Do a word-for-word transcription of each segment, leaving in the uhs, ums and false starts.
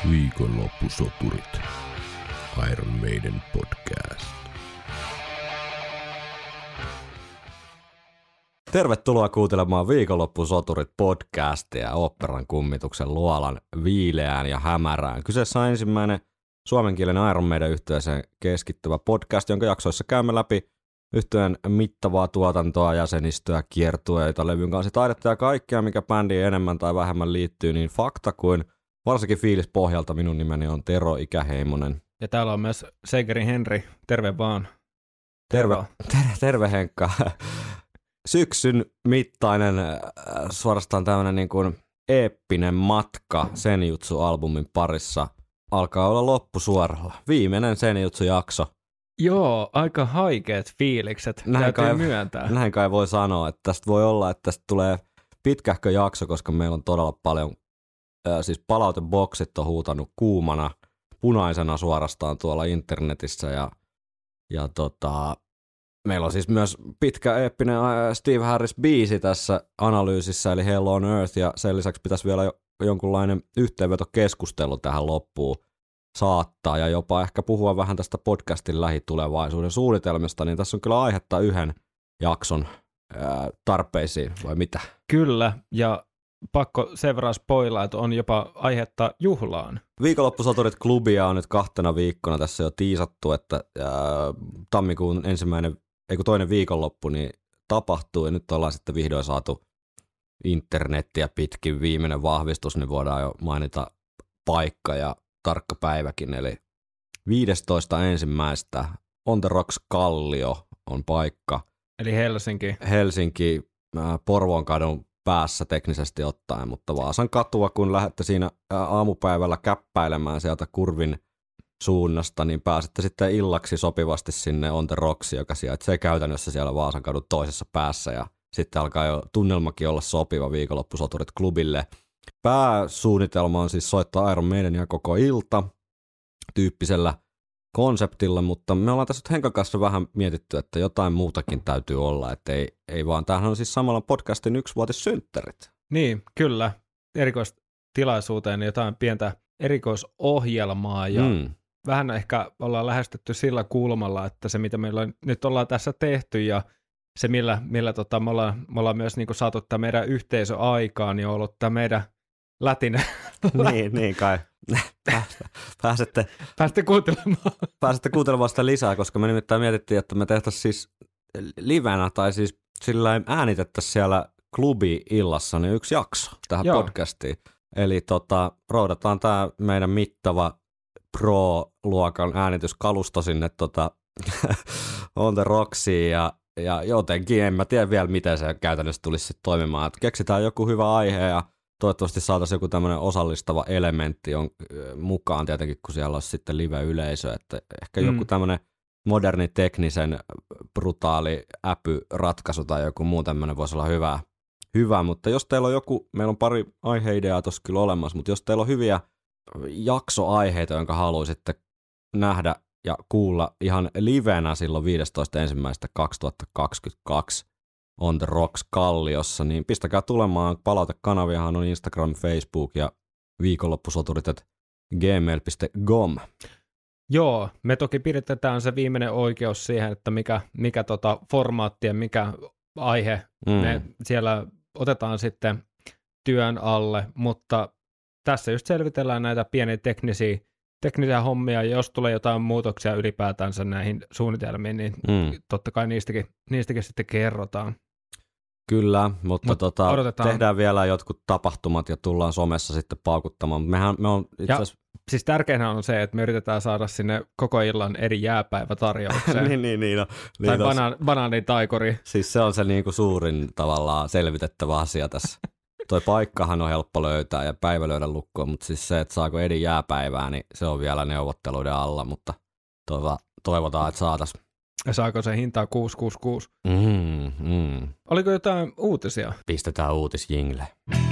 Viikonloppusoturit. Iron Maiden podcast. Tervetuloa kuuntelemaan Viikonloppusoturit podcastia oopperan kummituksen luolan viileään ja hämärään. Kyseessä on ensimmäinen suomenkielinen Iron Maiden -yhtyeeseen keskittyvä podcast, jonka jaksoissa käymme läpi yhtyeen mittavaa tuotantoa, jäsenistöä, kiertueita, levyn kanssa taidetta ja kaikkea, mikä bändiin enemmän tai vähemmän liittyy niin fakta kuin varsinkin fiilis pohjalta. Minun nimeni on Tero Ikäheimonen. Ja täällä on myös Seigerin Henri. Terve vaan. Terve, terve, terve Henkka. Syksyn mittainen, äh, suorastaan tämmöinen niin kuin eeppinen matka Senjutsu-albumin parissa alkaa olla loppusuoralla. Viimeinen Senjutsu-jakso. Joo, aika haikeat fiilikset, näin täytyy kai, myöntää. Näin kai voi sanoa, että tästä voi olla, että tästä tulee pitkähkö jakso, koska meillä on todella paljon, äh, siis palauteboksit on huutanut kuumana, punaisena suorastaan tuolla internetissä ja, ja tota... Meillä on siis myös pitkä eeppinen Steve Harris-biisi tässä analyysissä, eli Hell on Earth, ja sen lisäksi pitäisi vielä jo, jonkunlainen yhteenvetokeskustelu tähän loppuun saattaa, ja jopa ehkä puhua vähän tästä podcastin lähitulevaisuuden suunnitelmista, niin tässä on kyllä aihetta yhden jakson ää, tarpeisiin, vai mitä? Kyllä, ja pakko sen verran spoilaa, että on jopa aihetta juhlaan. Viikonloppusoturit-klubia on nyt kahtena viikkona tässä jo tiisattu, että ää, tammikuun ensimmäinen ei kun toinen viikonloppu, niin tapahtuu, ja nyt ollaan sitten vihdoin saatu internettiä pitkin viimeinen vahvistus, niin voidaan jo mainita paikka ja tarkka päiväkin, eli viidestoista ensimmäistä On the Rocks Kallio on paikka. Eli Helsinki. Helsinki, Porvoonkadun päässä teknisesti ottaen, mutta Vaasan katua, kun lähdette siinä aamupäivällä käppäilemään sieltä kurvin suunnasta, niin pääsette sitten illaksi sopivasti sinne On the Rocks, joka sijaitsee käytännössä siellä Vaasankadun toisessa päässä, ja sitten alkaa jo tunnelmakin olla sopiva Viikonloppusoturit klubille. Pääsuunnitelma on siis soittaa Iron Maidenia koko ilta tyyppisellä konseptilla, mutta me ollaan tässä nyt Henkan kanssa vähän mietitty, että jotain muutakin täytyy olla, että ei, ei vaan, tämähän on siis samalla podcastin yksivuotissynttärit. Niin, kyllä. Erikoistilaisuuteen jotain pientä erikoisohjelmaa, ja mm. vähän ehkä ollaan lähestytty sillä kulmalla, että se mitä meillä on, nyt ollaan tässä tehty ja se millä, millä tota, me, ollaan, me ollaan myös niinku saatu tämä meidän yhteisö aikaan, niin on ollut tämä meidän lätinen. niin, niin kai. Pääsette, Pääsette kuuntelemaan. Pääsette kuuntelemaan sitä lisää, koska me nimittäin mietittiin, että me tehtäisiin siis livenä tai siis sillä äänitettäisiin siellä klubi-illassa niin yksi jakso tähän Joo. podcastiin. Eli tota, roudataan tämä meidän mittava pro-luokan äänityskalusto sinne tota, On the Rocksiin ja, ja jotenkin, en mä tiedä vielä miten se käytännössä tulisi sitten toimimaan. Et keksitään joku hyvä aihe ja toivottavasti saataisiin joku tämmöinen osallistava elementti on, mukaan tietenkin, kun siellä olisi sitten live-yleisö. Että ehkä mm. joku tämmöinen moderni teknisen brutaali äpy-ratkaisu tai joku muu tämmöinen voisi olla hyvä. Hyvä, mutta jos teillä on joku, meillä on pari aiheideaa tuossa kyllä olemassa, mutta jos teillä on hyviä jaksoaiheita, jonka haluaisitte nähdä ja kuulla ihan livenä silloin viidestoista ensimmäistä kaksituhattakaksikymmentäkaksi On the Rocks Kalliossa, niin pistäkää tulemaan. Palautekanaviahan on Instagram, Facebook ja viikonloppusoturit at gmail piste com. Joo, me toki pidetään se viimeinen oikeus siihen, että mikä, mikä tota formaatti ja mikä aihe mm. me siellä otetaan sitten työn alle, mutta tässä just selvitellään näitä pieniä teknisiä, teknisiä hommia, ja jos tulee jotain muutoksia ylipäätänsä näihin suunnitelmiin, niin mm. totta kai niistäkin, niistäkin sitten kerrotaan. Kyllä, mutta Mut tota, tehdään vielä jotkut tapahtumat ja tullaan somessa sitten paukuttamaan. Mehän, me on itse asiassa... Siis tärkeinä on se, että me yritetään saada sinne koko illan eri jääpäivätarjoukseen. niin, niin, niin, no, tai niin bana- banaanitaikuri. Siis se on se niinku suurin tavallaan selvitettävä asia tässä. Toi paikkahan on helppo löytää ja päivä löydä lukkoon, mutta siis se, että saako Edin jääpäivää, niin se on vielä neuvotteluiden alla, mutta toiva, toivotaan, että saataisiin. Ja saako se hintaa kuusi kuusi kuusi? Mm, mm. Oliko jotain uutisia? Pistetään uutisjingle.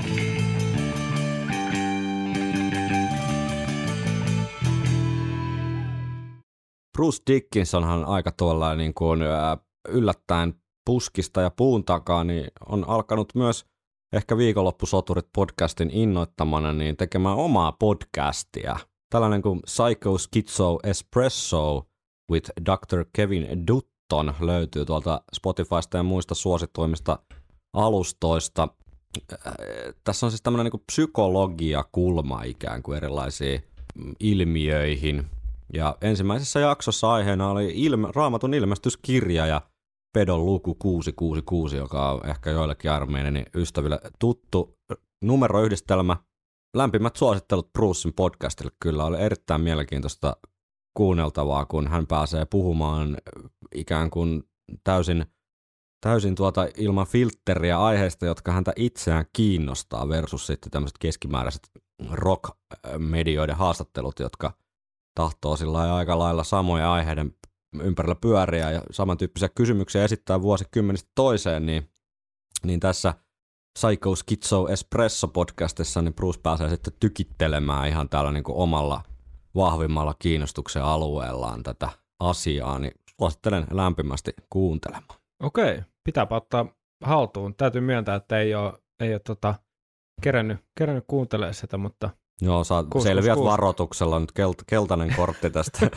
Bruce Dickinsonhan aika tuolla niin kuin yllättäen puskista ja puun takaa, niin on alkanut myös ehkä viikonloppusoturit podcastin innoittamana niin tekemään omaa podcastia. Tällainen kuin Psycho Schizo Espresso with doctor Kevin Dutton löytyy tuolta Spotifysta ja muista suosituimmista alustoista. Tässä on siis tämmöinen niin psykologia-kulma ikään kuin erilaisiin ilmiöihin. Ja ensimmäisessä jaksossa aiheena oli ilme, Raamatun ilmestyskirja ja Pedon luku kuusi kuusi kuusi, joka on ehkä joillekin armeijani ystäville tuttu numeroyhdistelmä. Lämpimät suosittelut Brucein podcastille kyllä, oli erittäin mielenkiintoista kuunneltavaa, kun hän pääsee puhumaan ikään kuin täysin, täysin tuota ilman filtteriä aiheista, jotka häntä itseään kiinnostaa versus sitten tämmöiset keskimääräiset rock-medioiden haastattelut, jotka tahtoo sillä aika lailla samoja aiheiden ympärillä pyöriä ja samantyyppisiä kysymyksiä esittää vuosikymmenistä toiseen, niin, niin tässä Psycho Schizo Espresso podcastissa niin Bruce pääsee sitten tykittelemään ihan täällä niin kuin omalla vahvimmalla kiinnostuksen alueellaan tätä asiaa, niin suosittelen lämpimästi kuuntelemaan. Okei, pitääpä ottaa haltuun. Täytyy myöntää, että ei ole, ei ole tota, kerännyt, kerännyt kuuntelemaan sitä, mutta joo, sä kuus, selviät kuus, varoituksella nyt kelt- keltainen kortti tästä.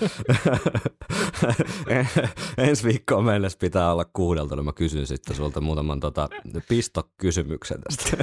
Ensi viikkoon mennessä pitää olla kuudelta, niin mä kysyn sitten sulta muutaman tota, pistokysymyksen tästä.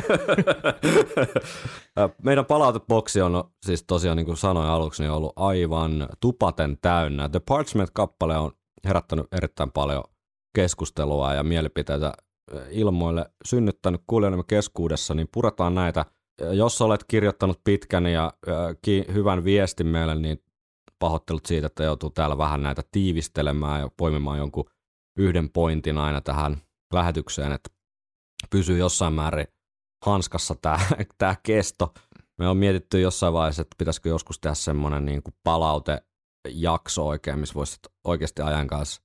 Meidän palauteboksi on siis tosiaan, niin kuin sanoin aluksi, niin ollut aivan tupaten täynnä. The Parchment-kappale on herättänyt erittäin paljon keskustelua ja mielipiteitä ilmoille synnyttänyt kuulijoidemme keskuudessa, niin puretaan näitä. Jos olet kirjoittanut pitkän ja ki- hyvän viestin meille, niin pahoittelut siitä, että joutuu täällä vähän näitä tiivistelemään ja poimimaan jonkun yhden pointin aina tähän lähetykseen, että pysyy jossain määrin hanskassa tämä, tämä kesto. Me on mietitty jossain vaiheessa, että pitäisikö joskus tehdä semmoinen niin kuin palautejakso oikein, missä voisi oikeasti ajan kanssa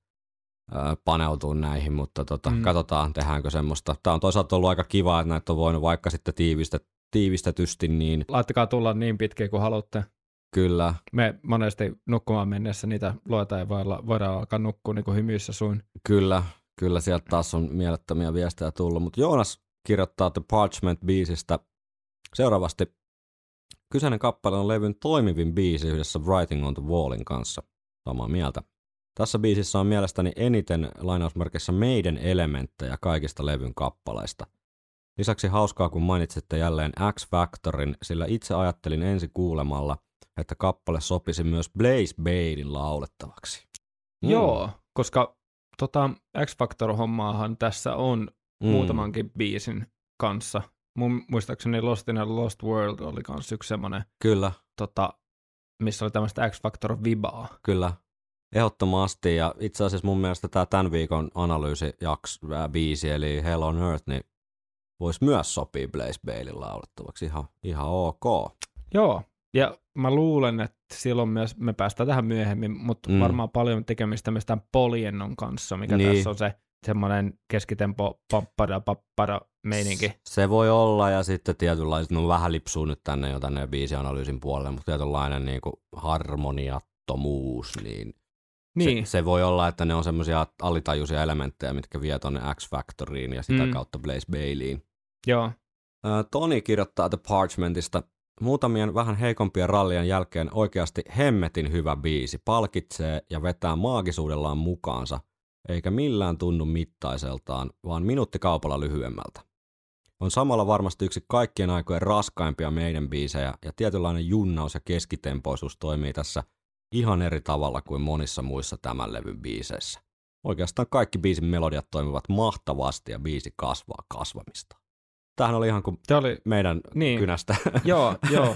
paneutua näihin, mutta tota, mm. katsotaan, tehdäänkö semmoista. Tämä on toisaalta ollut aika kiva, että näitä on voinut vaikka sitten tiivistet, tiivistetysti. Niin laittakaa tulla niin pitkiä kuin haluatte. Kyllä. Me monesti nukkumaan mennessä niitä luetaan ja voidaan alkaa nukkua niin kuin hymyissä suin. Kyllä, kyllä sieltä taas on mielettömiä viestejä tullut, mutta Joonas kirjoittaa The Parchment-biisistä seuraavasti. Kyseinen kappale on levyn toimivin biisi yhdessä Writing on the Wallin kanssa. Samaa mieltä. Tässä biisissä on mielestäni eniten lainausmerkissä meidän elementtejä kaikista levyn kappaleista. Lisäksi hauskaa, kun mainitsitte jälleen X-Factorin, sillä itse ajattelin ensi kuulemalla, että kappale sopisi myös Blaze Baylin laulettavaksi. Mm. Joo, koska tota, X-Factor-hommaahan tässä on mm. muutamankin biisin kanssa. Mun muistaakseni Lost in a Lost World oli kans yksi semmoinen, kyllä. Tota, missä oli tämmöistä X-Factor-vibaa. Kyllä. Ehdottomasti, ja itse asiassa mun mielestä tämä tämän viikon analyysibiisi, eli Hell on Earth, niin voisi myös sopia Blaze Baylin laulettavaksi ihan, ihan ok. Joo, ja mä luulen, että silloin myös, me päästään tähän myöhemmin, mutta mm. varmaan paljon tekemistä myös tämän Poliennon kanssa, mikä niin. Tässä on se semmoinen keskitempo pappada pappada meininki. Se voi olla, ja sitten tietynlaiset, no vähän lipsuu nyt tänne jo tänne biisianalyysin puolelle, mutta tietynlainen niin kuin harmoniattomuus, niin Niin. Se, se voi olla, että ne on semmoisia alitajuisia elementtejä, mitkä vie tuonne X-Factoriin ja sitä mm. kautta Blaze Baylyin. Joo. Toni kirjoittaa The Parchmentista. Muutamien vähän heikompien rallien jälkeen oikeasti hemmetin hyvä biisi. Palkitsee ja vetää maagisuudellaan mukaansa, eikä millään tunnu mittaiseltaan, vaan minuuttikaupalla lyhyemmältä. On samalla varmasti yksi kaikkien aikojen raskaimpia meidän biisejä, ja tietynlainen junnaus ja keskitempoisuus toimii tässä ihan eri tavalla kuin monissa muissa tämän levyn biiseissä. Oikeastaan kaikki biisin melodiat toimivat mahtavasti ja biisi kasvaa kasvamista. Tämähän oli ihan kuin oli, meidän niin, kynästä. Joo, joo.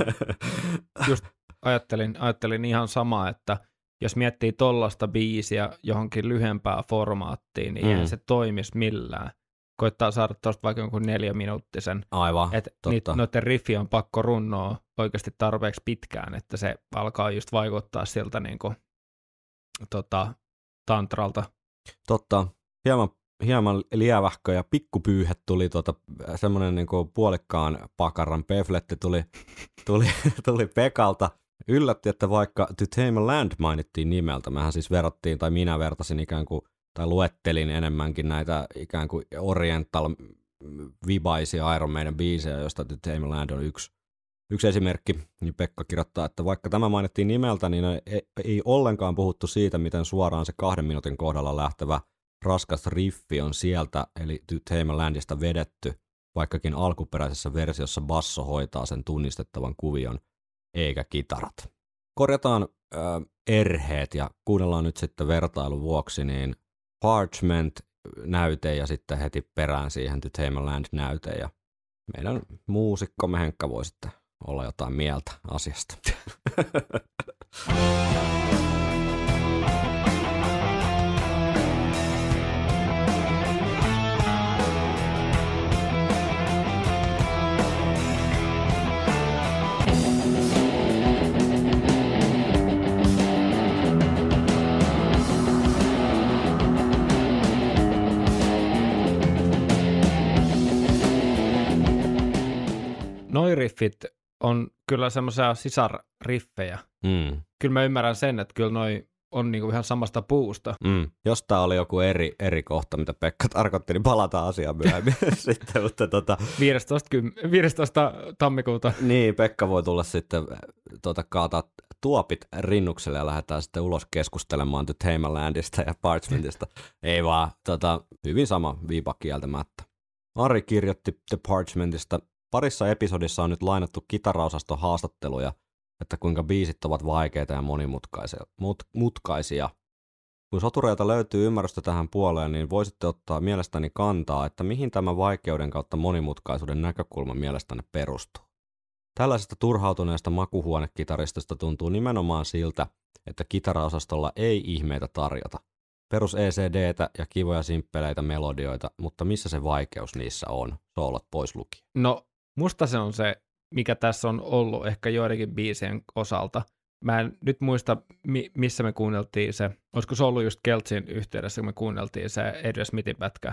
Just ajattelin, ajattelin ihan samaa, että jos miettii tollaista biisiä johonkin lyhyempään formaattiin, niin mm. eihän se toimisi millään. Koittaa saada tuosta vaikka jonkun neljäminuuttisen. Aivan, että noiden riffi on pakko runnoa oikeasti tarpeeksi pitkään, että se alkaa just vaikuttaa sieltä niin kuin, tota, tantralta. Totta. Hieman, hieman lievähkö ja pikkupyyhe tuli, tuota, semmoinen niin kuin puolikkaan pakaran pefletti tuli, tuli, tuli Pekalta. Yllätti, että vaikka To Tame a Land mainittiin nimeltä, mehän siis verrattiin, tai minä vertasin ikään kuin tai luettelin enemmänkin näitä ikään kuin oriental vibaisia Iron Maiden biisejä, josta The Tame Land on yksi, yksi esimerkki. Niin Pekka kirjoittaa, että vaikka tämä mainittiin nimeltä, niin ei, ei ollenkaan puhuttu siitä, miten suoraan se kahden minuutin kohdalla lähtevä raskas riffi on sieltä, eli The Tame Landista vedetty, vaikkakin alkuperäisessä versiossa basso hoitaa sen tunnistettavan kuvion, eikä kitarat. Korjataan äh, erheet ja kuunnellaan nyt sitten vertailun vuoksi niin Parchment-näyte ja sitten heti perään siihen The Tame Land-näyte ja meidän muusikkomme Henkka voi sitten olla jotain mieltä asiasta. Noi riffit on kyllä semmoisia sisarriffejä. Mm. Kyllä mä ymmärrän sen, että kyllä noi on niinku ihan samasta puusta. Mm. Jos tää oli joku eri, eri kohta, mitä Pekka tarkoitti, niin palataan asiaan myöhemmin sitten. Mutta tota... viidestoista tammikuuta. Niin, Pekka voi tulla sitten tuota, kaataa tuopit rinnukselle ja lähdetään sitten ulos keskustelemaan The Tame Landista ja Parchmentista. Ei vaan, tota, hyvin sama viipa kieltämättä. Ari kirjoitti The Parchmentista. Parissa episodissa on nyt lainattu kitaraosaston haastatteluja, että kuinka biisit ovat vaikeita ja monimutkaisia. Mut, mutkaisia. Kun sotureilta löytyy ymmärrystä tähän puoleen, niin voisitte ottaa mielestäni kantaa, että mihin tämä vaikeuden kautta monimutkaisuuden näkökulma mielestäni perustuu. Tällaisesta turhautuneesta makuhuonekitaristosta tuntuu nimenomaan siltä, että kitaraosastolla ei ihmeitä tarjota. Perus E C D:tä ja kivoja simppeleitä melodioita, mutta missä se vaikeus niissä on? Soolot pois lukien. No, musta se on se, mikä tässä on ollut ehkä joidenkin biisien osalta. Mä en nyt muista, mi- missä me kuunneltiin se. Olisiko se ollut just Keltsin yhteydessä, kun me kuunneltiin se Adrian Smithin pätkä?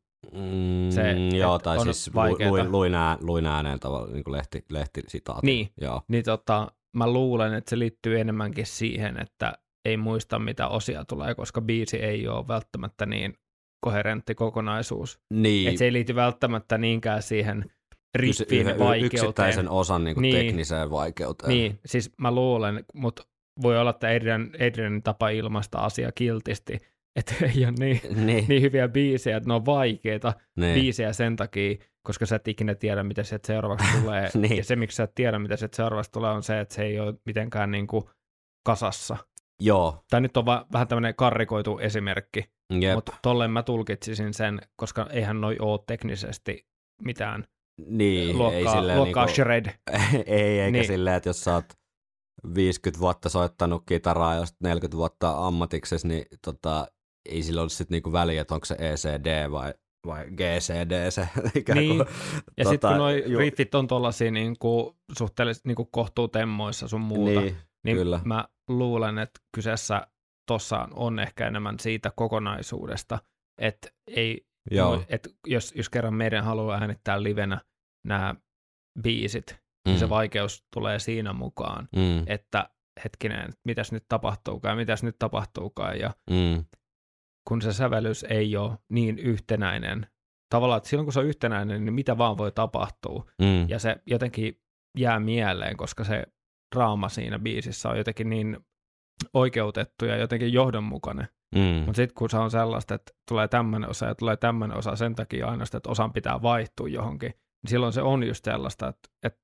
Mm, se, joo, tai siis luin, luin, ää, luin ääneen tavallaan niin kuin lehti, lehtisitaati. Niin, joo. niin tota, mä luulen, että se liittyy enemmänkin siihen, että ei muista mitä osia tulee, koska biisi ei ole välttämättä niin koherentti kokonaisuus. Niin. Että se ei liity välttämättä niinkään siihen riffin y- y- vaikeuteen. Yksittäisen osan niin kuin niin. tekniseen vaikeuteen. Niin, siis mä luulen, mutta voi olla, että Adrian, Adrianin tapa ilmaista asia kiltisti, että ei ole niin, niin. niin hyviä biisejä, että ne on vaikeita niin. biisejä sen takia, koska sä et ikinä tiedä, mitä se seuraavaksi tulee. niin. Ja se, miksi sä et tiedä, mitä se seuraavaksi tulee, on se, että se ei ole mitenkään niin kuin kasassa. Joo. Tämä nyt on va- vähän tämmöinen karrikoitu esimerkki, Jep. mutta tolleen mä tulkitsisin sen, koska eihän noi ole teknisesti mitään niin, luokkaa, ei luokkaa niinku, shred. ei, eikä niin. silleen, että jos sä oot viisikymmentä vuotta soittanut kitaraa ja neljäkymmentä vuotta ammatiksessa, niin tota, ei sillä ole sitten niinku väliä, että onko se E C D vai, vai G C D se ikään kuin. Niin. Ja tota, sitten kun noi ju- riffit on tollaisia niinku, suhteellisesti niinku kohtuutemmoissa sun muuta, niin, niin kyllä. mä luulen, että kyseessä tossa on ehkä enemmän siitä kokonaisuudesta, että ei, et jos, jos kerran meidän haluaa äänittää livenä nämä biisit, mm. niin se vaikeus tulee siinä mukaan, mm. että hetkinen, mitäs nyt tapahtuukaan, mitäs nyt tapahtuukaan, ja mm. kun se sävellys ei ole niin yhtenäinen, tavallaan, että silloin kun se on yhtenäinen, niin mitä vaan voi tapahtua, mm. ja se jotenkin jää mieleen, koska se draama siinä biisissä on jotenkin niin oikeutettu ja jotenkin johdonmukainen. Mm. Mutta sitten kun se on sellaista, että tulee tämmöinen osa ja tulee tämmöinen osa sen takia ainoastaan, että osan pitää vaihtua johonkin, niin silloin se on just sellaista, että, että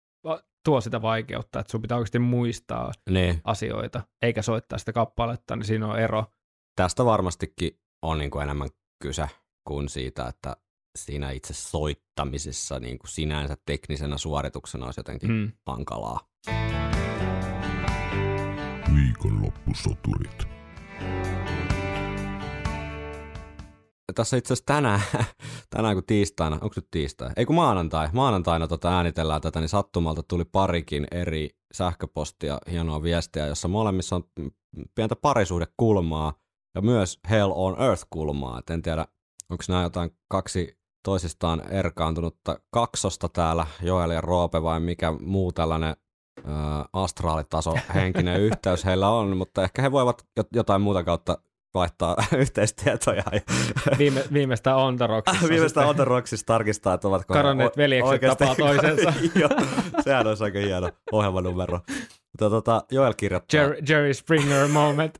tuo sitä vaikeutta, että sun pitää oikeasti muistaa niin. asioita, eikä soittaa sitä kappaletta, niin siinä on ero. Tästä varmastikin on niin kuin enemmän kyse kuin siitä, että siinä itse soittamisessa niin kuin sinänsä teknisenä suorituksena olisi jotenkin mm. hankalaa. Viikonloppusoturit. Tässä itse asiassa tänään, tänään kun tiistaina, onko nyt tiistai? Ei kun maanantai, maanantaina tota äänitellään tätä, niin sattumalta tuli parikin eri sähköpostia, hienoa viestiä, jossa molemmissa on pientä parisuhdekulmaa ja myös Hell on Earth-kulmaa. Et en tiedä, onko nämä jotain kaksi toisistaan erkaantunutta kaksosta täällä, Joel ja Roope, vai mikä muu tällainen ä, astraalitaso henkinen yhteys heillä on, mutta ehkä he voivat jotain muuta kautta vaihtaa yhteistietoja. Viime, viimeistä On The Rocksissa. Viimeistä On The Rocksissa tarkistaa, että ovatko kadonneet veljekset tapaa toisensa. Joo, sehän olisi aika hieno ohjelmanumero. Mutta tota, Joel kirjoittaa... Jerry, Jerry Springer moment.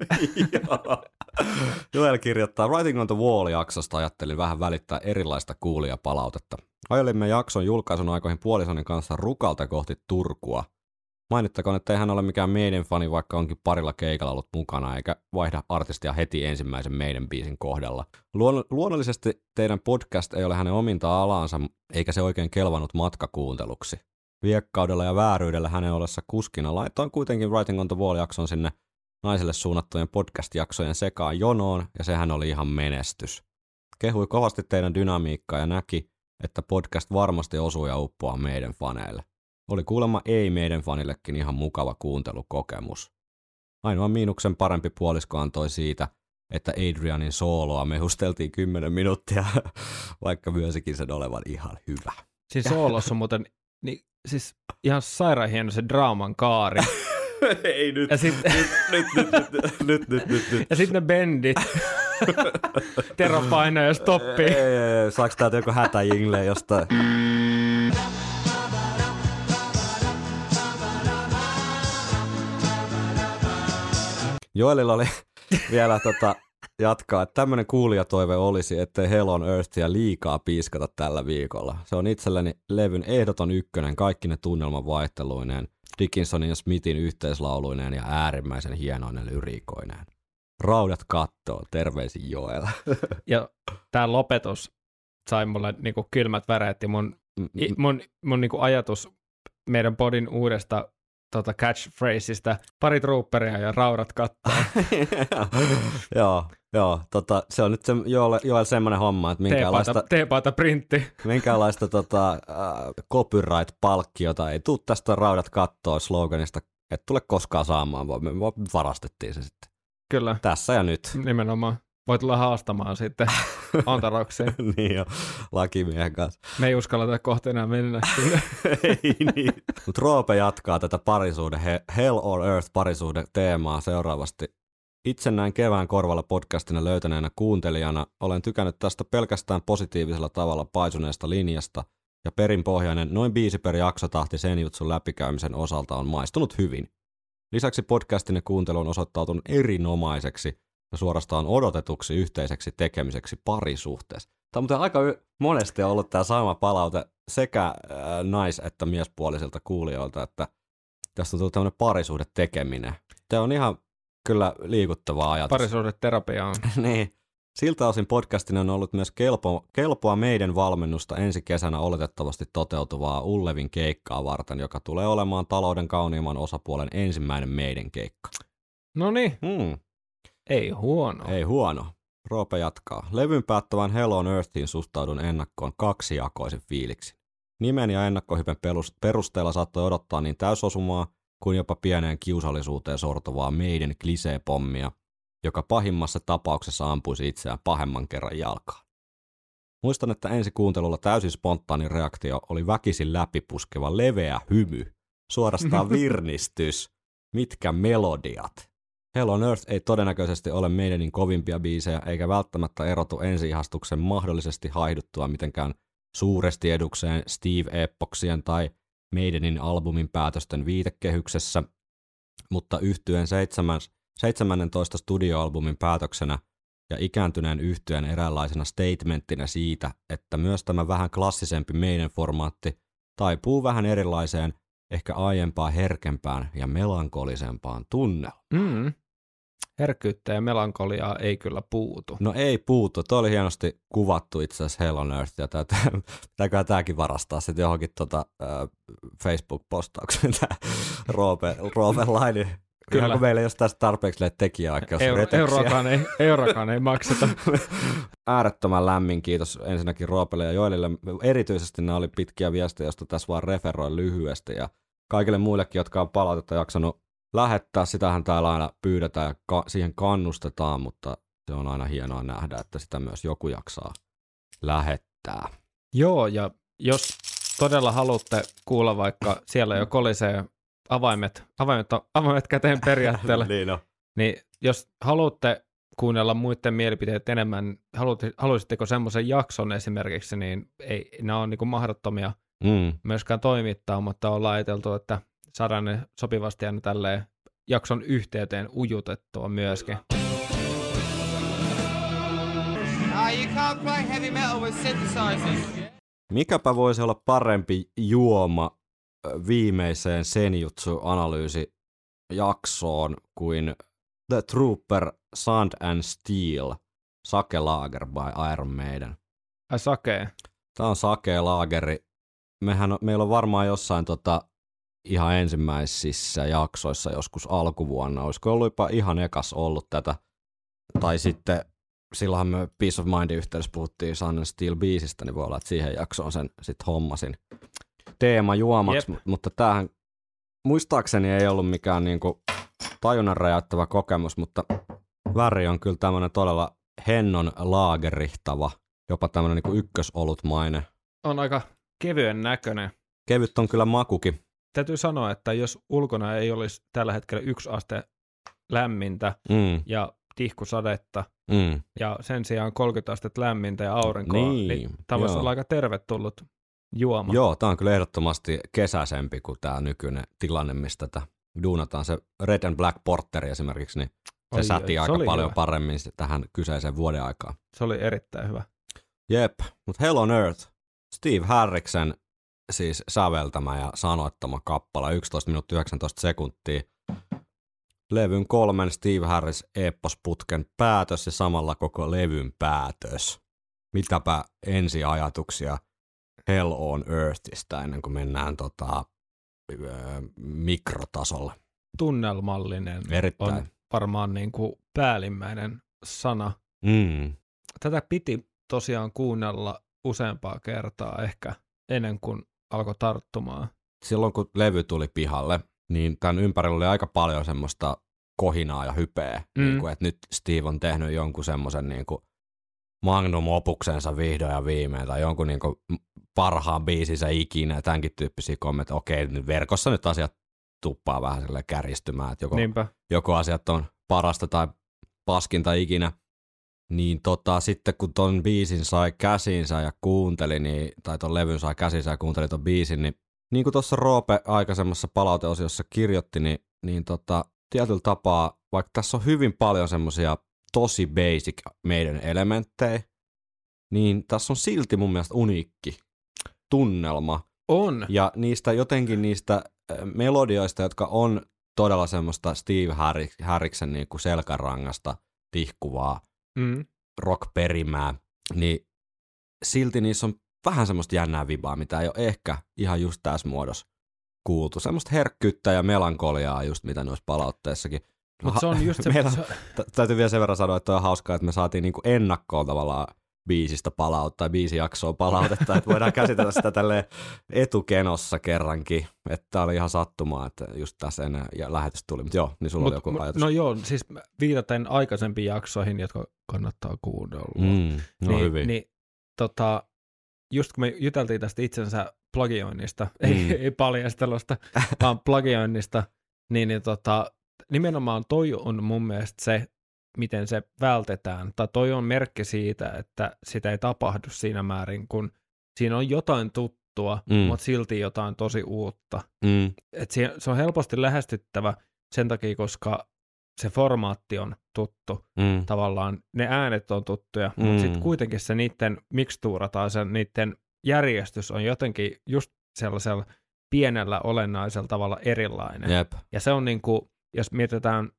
Joel kirjoittaa, Writing on the Wall-jaksosta ajattelin vähän välittää erilaista kuulijapalautetta. Ajelimme jakson julkaisun aikoihin puolisonin kanssa Rukalta kohti Turkua. Mainittakoon, että ei hän ole mikään meidän fani, vaikka onkin parilla keikalla ollut mukana, eikä vaihda artistia heti ensimmäisen meidän biisin kohdalla. Luon- luonnollisesti teidän podcast ei ole hänen ominta alaansa, eikä se oikein kelvannut matkakuunteluksi. Viekkaudella ja vääryydellä hänen ollessa kuskina laitoin kuitenkin Writing on the Wall-jakson sinne naisille suunnattujen podcast-jaksojen sekaan jonoon, ja sehän oli ihan menestys. Kehui kovasti teidän dynamiikkaa ja näki, että podcast varmasti osuu ja uppoaa meidän faneille. Oli kuulemma ei meidän fanillekin ihan mukava kuuntelukokemus. Ainoa miinuksen parempi puolisko antoi siitä, että Adrianin sooloa mehusteltiin kymmenen minuuttia, vaikka myönsikin sen olevan ihan hyvä. Siis soolossa on muuten niin, siis ihan sairaan hieno se draaman kaari. Ei nyt, ja sit, nyt, nyt, nyt, nyt, nyt, nyt, nyt. Ja sitten ne bendit. Tero painaa ja stoppii. Ei, ei, ei. Saaks täältä joku hätäjingle jostain? Joelilla oli vielä tota, jatkaa, että tämmöinen kuulijatoive olisi, ettei Hell on Earthia liikaa piiskata tällä viikolla. Se on itselleni levyn ehdoton ykkönen, kaikki ne tunnelman vaihteluineen, Dickinsonin ja Smithin yhteislauluineen ja äärimmäisen hienoinen lyriikoineen. Raudat kattoo, terveisin Joel. Ja tää lopetus sai mulle niinku kylmät väreet ja mun, i, mun, mun niinku ajatus meidän podin uudesta tota catchphraseista, pari trooperia ja raudat kattoo. Joo, joo tota, se on nyt se, Joel, Joel semmoinen homma, että minkäänlaista, teepaita printti. minkäänlaista tota, äh, copyright-palkkiota ei tuu tästä raudat kattoo sloganista, et tule koskaan saamaan, vaan me varastettiin se sitten. Kyllä. Tässä ja nyt. Nimenomaan. Voi tulla haastamaan sitten On The Rocksiin. Niin jo, lakimiehen kanssa. Me ei uskalla tätä kohta enää mennä sinne. Ei niin. Mutta Roope jatkaa tätä parisuhde, Hell or Earth parisuhde teemaa seuraavasti. Itse näin kevään korvalla podcastina löytäneenä kuuntelijana olen tykännyt tästä pelkästään positiivisella tavalla paisuneesta linjasta ja perinpohjainen noin biisi per jaksotahti sen jutsun läpikäymisen osalta on maistunut hyvin. Lisäksi podcastin kuuntelu on osoittautunut erinomaiseksi ja suorastaan odotetuksi yhteiseksi tekemiseksi parisuhteessa. Tämä on muuten aika monesti ollut tämä sama palaute sekä nais- että miespuolisilta kuulijoilta, että tästä on tullut tämmöinen parisuhde tekeminen. Tämä on ihan kyllä liikuttava ajatus. Parisuhdeterapia on. Niin. Siltä osin podcastin on ollut myös kelpo, kelpoa meidän valmennusta ensi kesänä oletettavasti toteutuvaa Ullevin keikkaa varten, joka tulee olemaan talouden kauniimman osapuolen ensimmäinen meidän keikka. No niin. Hmm. Ei huono. Ei huono. Roope jatkaa. Levyn päättävän Hell on Earthiin suhtaudun ennakkoon kaksijakoisin fiiliksi. Nimen ja ennakkohypen perusteella saattoi odottaa niin täysosumaa kuin jopa pieneen kiusallisuuteen sortuvaa meidän kliseepommia, joka pahimmassa tapauksessa ampuisi itseään pahemman kerran jalkaan. Muistan, että ensi kuuntelulla täysin spontaani reaktio oli väkisin läpipuskeva leveä hymy, suorastaan virnistys, mitkä melodiat. Hell on Earth ei todennäköisesti ole meidänin kovimpia biisejä, eikä välttämättä erotu ensi-ihastuksen mahdollisesti haihduttua mitenkään suuresti edukseen Steve-epoksien tai meidänin albumin päätösten viitekehyksessä, mutta yhtyeen seitsemännentoista studioalbumin päätöksenä ja ikääntyneen yhtyeen eräänlaisena statementtinä siitä, että myös tämä vähän klassisempi meidän formaatti taipuu vähän erilaiseen, ehkä aiempaa herkempään ja melankolisempaan tunnelmaan. Mm. Herkkyyttä ja melankoliaa ei kyllä puutu. No ei puutu. Tuo oli hienosti kuvattu itse asiassa Hell on Earth, ja pitääkö tämäkin varastaa sitten johonkin tota, äh, Facebook-postaukseen, tämä Roope, Roope Laini. Kyllä. Kun meillä ei ole tästä tarpeeksi tekijää, vaikka jos Euro, eurokaan, ei, eurokaan ei makseta. Äärettömän lämmin kiitos ensinnäkin Roopelle ja Joelille. Erityisesti nämä oli pitkiä viestejä, joista tässä vaan referoin lyhyesti. Ja kaikille muillekin, jotka on palautetta jaksanut lähettää, sitähän täällä aina pyydetään ja ka- siihen kannustetaan, mutta se on aina hienoa nähdä, että sitä myös joku jaksaa lähettää. Joo, ja jos todella haluatte kuulla, vaikka siellä jo kolisee avaimet, avaimet, avaimet käteen periaatteella, niin, no. niin jos haluatte kuunnella muiden mielipiteet enemmän. Haluaisitteko semmoisen jakson esimerkiksi, niin ei, nämä on niin kuin mahdottomia mm. myöskään toimittaa, mutta ollaan ajateltu, että saadaan ne sopivasti aina tälleen jakson yhteyteen ujutettua myöskin. Mikäpä voisi olla parempi juoma viimeiseen Senjutsu-analyysi-jaksoon kuin The Trooper Sand and Steel Sake Lager by Iron Maiden. Ai sake? Tämä on sake laageri. Mehän, meillä on varmaan jossain tota, ihan ensimmäisissä jaksoissa joskus alkuvuonna, olisiko ollut jopa ihan ekas ollut tätä, tai sitten silloinhan me Peace of Mindin yhteydessä puhuttiin Sun and Steel-biisistä, niin voi olla, että siihen jaksoon sen sitten hommasin teema juomaksi, yep. mutta tämähän muistaakseni ei ollut mikään niinku tajunnan räjäyttävä kokemus, mutta väri on kyllä tämmöinen todella hennon laagerihtava, jopa tämmöinen niinku ykkösolutmainen. On aika kevyen näköinen. Kevyt on kyllä makukin. Täytyy sanoa, että jos ulkona ei olisi tällä hetkellä yksi aste lämmintä mm. ja tihkusadetta, mm. ja sen sijaan kolmekymmentä astetta lämmintä ja aurinkoa, niin, niin tämä voisi olla aika tervetullut juoma. Joo, tämä on kyllä ehdottomasti kesäisempi kuin tämä nykyinen tilanne, mistä tätä duunataan. Se Red and Black Porter esimerkiksi, niin se Oi, säti se aika paljon hyvä. paremmin tähän kyseiseen vuoden aikaan. Se oli erittäin hyvä. Jep, mutta Hell on Earth, Steve Harriksen siis säveltämä ja sanoittama kappale, yksitoista minuuttia yhdeksäntoista sekuntia. Levyn kolmen Steve Harris epposputken päätös ja samalla koko levyn päätös. Mitäpä ensiajatuksia Hell on Earthistä ennen kuin mennään tota, öö, mikrotasolle. Tunnelmallinen Erittäin. On varmaan niin kuin päällimmäinen sana. Mm. Tätä piti tosiaan kuunnella useampaa kertaa ehkä ennen kuin alkoi tarttumaan. Silloin kun levy tuli pihalle, niin tämän ympärillä oli aika paljon semmoista kohinaa ja hypeä, mm. niin kuin, että nyt Steve on tehnyt jonkun semmoisen niin kuin magnum opuksensa vihdoin ja viimein, tai jonkun niin kuin parhaan biisinsä ikinä, ja tämänkin tyyppisiä kommentteja. Okei, nyt verkossa nyt asiat tuppaa vähän silleen kärjistymään, että joko, joko asiat on parasta tai paskinta ikinä. Niin tota, sitten kun ton biisin sai käsinsä ja kuunteli, niin, tai ton levyn sai käsinsä ja kuunteli ton biisin, niin niin kuin tuossa Roope aikaisemmassa palauteosiossa kirjoitti, niin, niin tota, tietyllä tapaa, vaikka tässä on hyvin paljon semmoisia tosi basic meidän elementtejä, niin tässä on silti mun mielestä uniikki tunnelma. On. Ja niistä jotenkin niistä melodioista, jotka on todella semmoista Steve Harriksen niin kuin selkärangasta tihkuvaa mm. rock-perimää, niin silti niissä on vähän semmoista jännää vibaa, mitä ei ole ehkä ihan just tässä muodossa kuultu. Semmoista herkkyyttä ja melankoliaa just mitä noissa palautteissakin. Mutta se on just se... Meillä, t- täytyy vielä sen verran sanoa, että on hauskaa, että me saatiin niinku ennakkoon tavallaan biisistä palautetta tai biisijaksoa palautetta, että voidaan käsitellä sitä tälleen etukenossa kerrankin. Että tää oli ihan sattumaa, että just tässä ennen ja lähetys tuli. Mutta joo, niin sulla Mut, oli joku ajatus. No joo, siis viitaten aikaisempiin jaksoihin, jotka kannattaa kuunnella. Mm, no niin, hyvin. Niin, tota, just kun me juteltiin tästä itsensä plagioinnista, mm. ei, ei paljastelusta, vaan plagioinnista, niin, niin tota, nimenomaan toi on mun mielestä se, miten se vältetään, tai toi on merkki siitä, että sitä ei tapahdu siinä määrin, kun siinä on jotain tuttua, mm. mutta silti jotain tosi uutta. Mm. Et se on helposti lähestyttävä sen takia, koska se formaatti on tuttu, mm. tavallaan ne äänet on tuttuja, mm. mutta sitten kuitenkin se niiden mikstuura tai se niiden järjestys on jotenkin just sellaisella pienellä olennaisella tavalla erilainen. Jep. Ja se on niin kuin, jos mietitään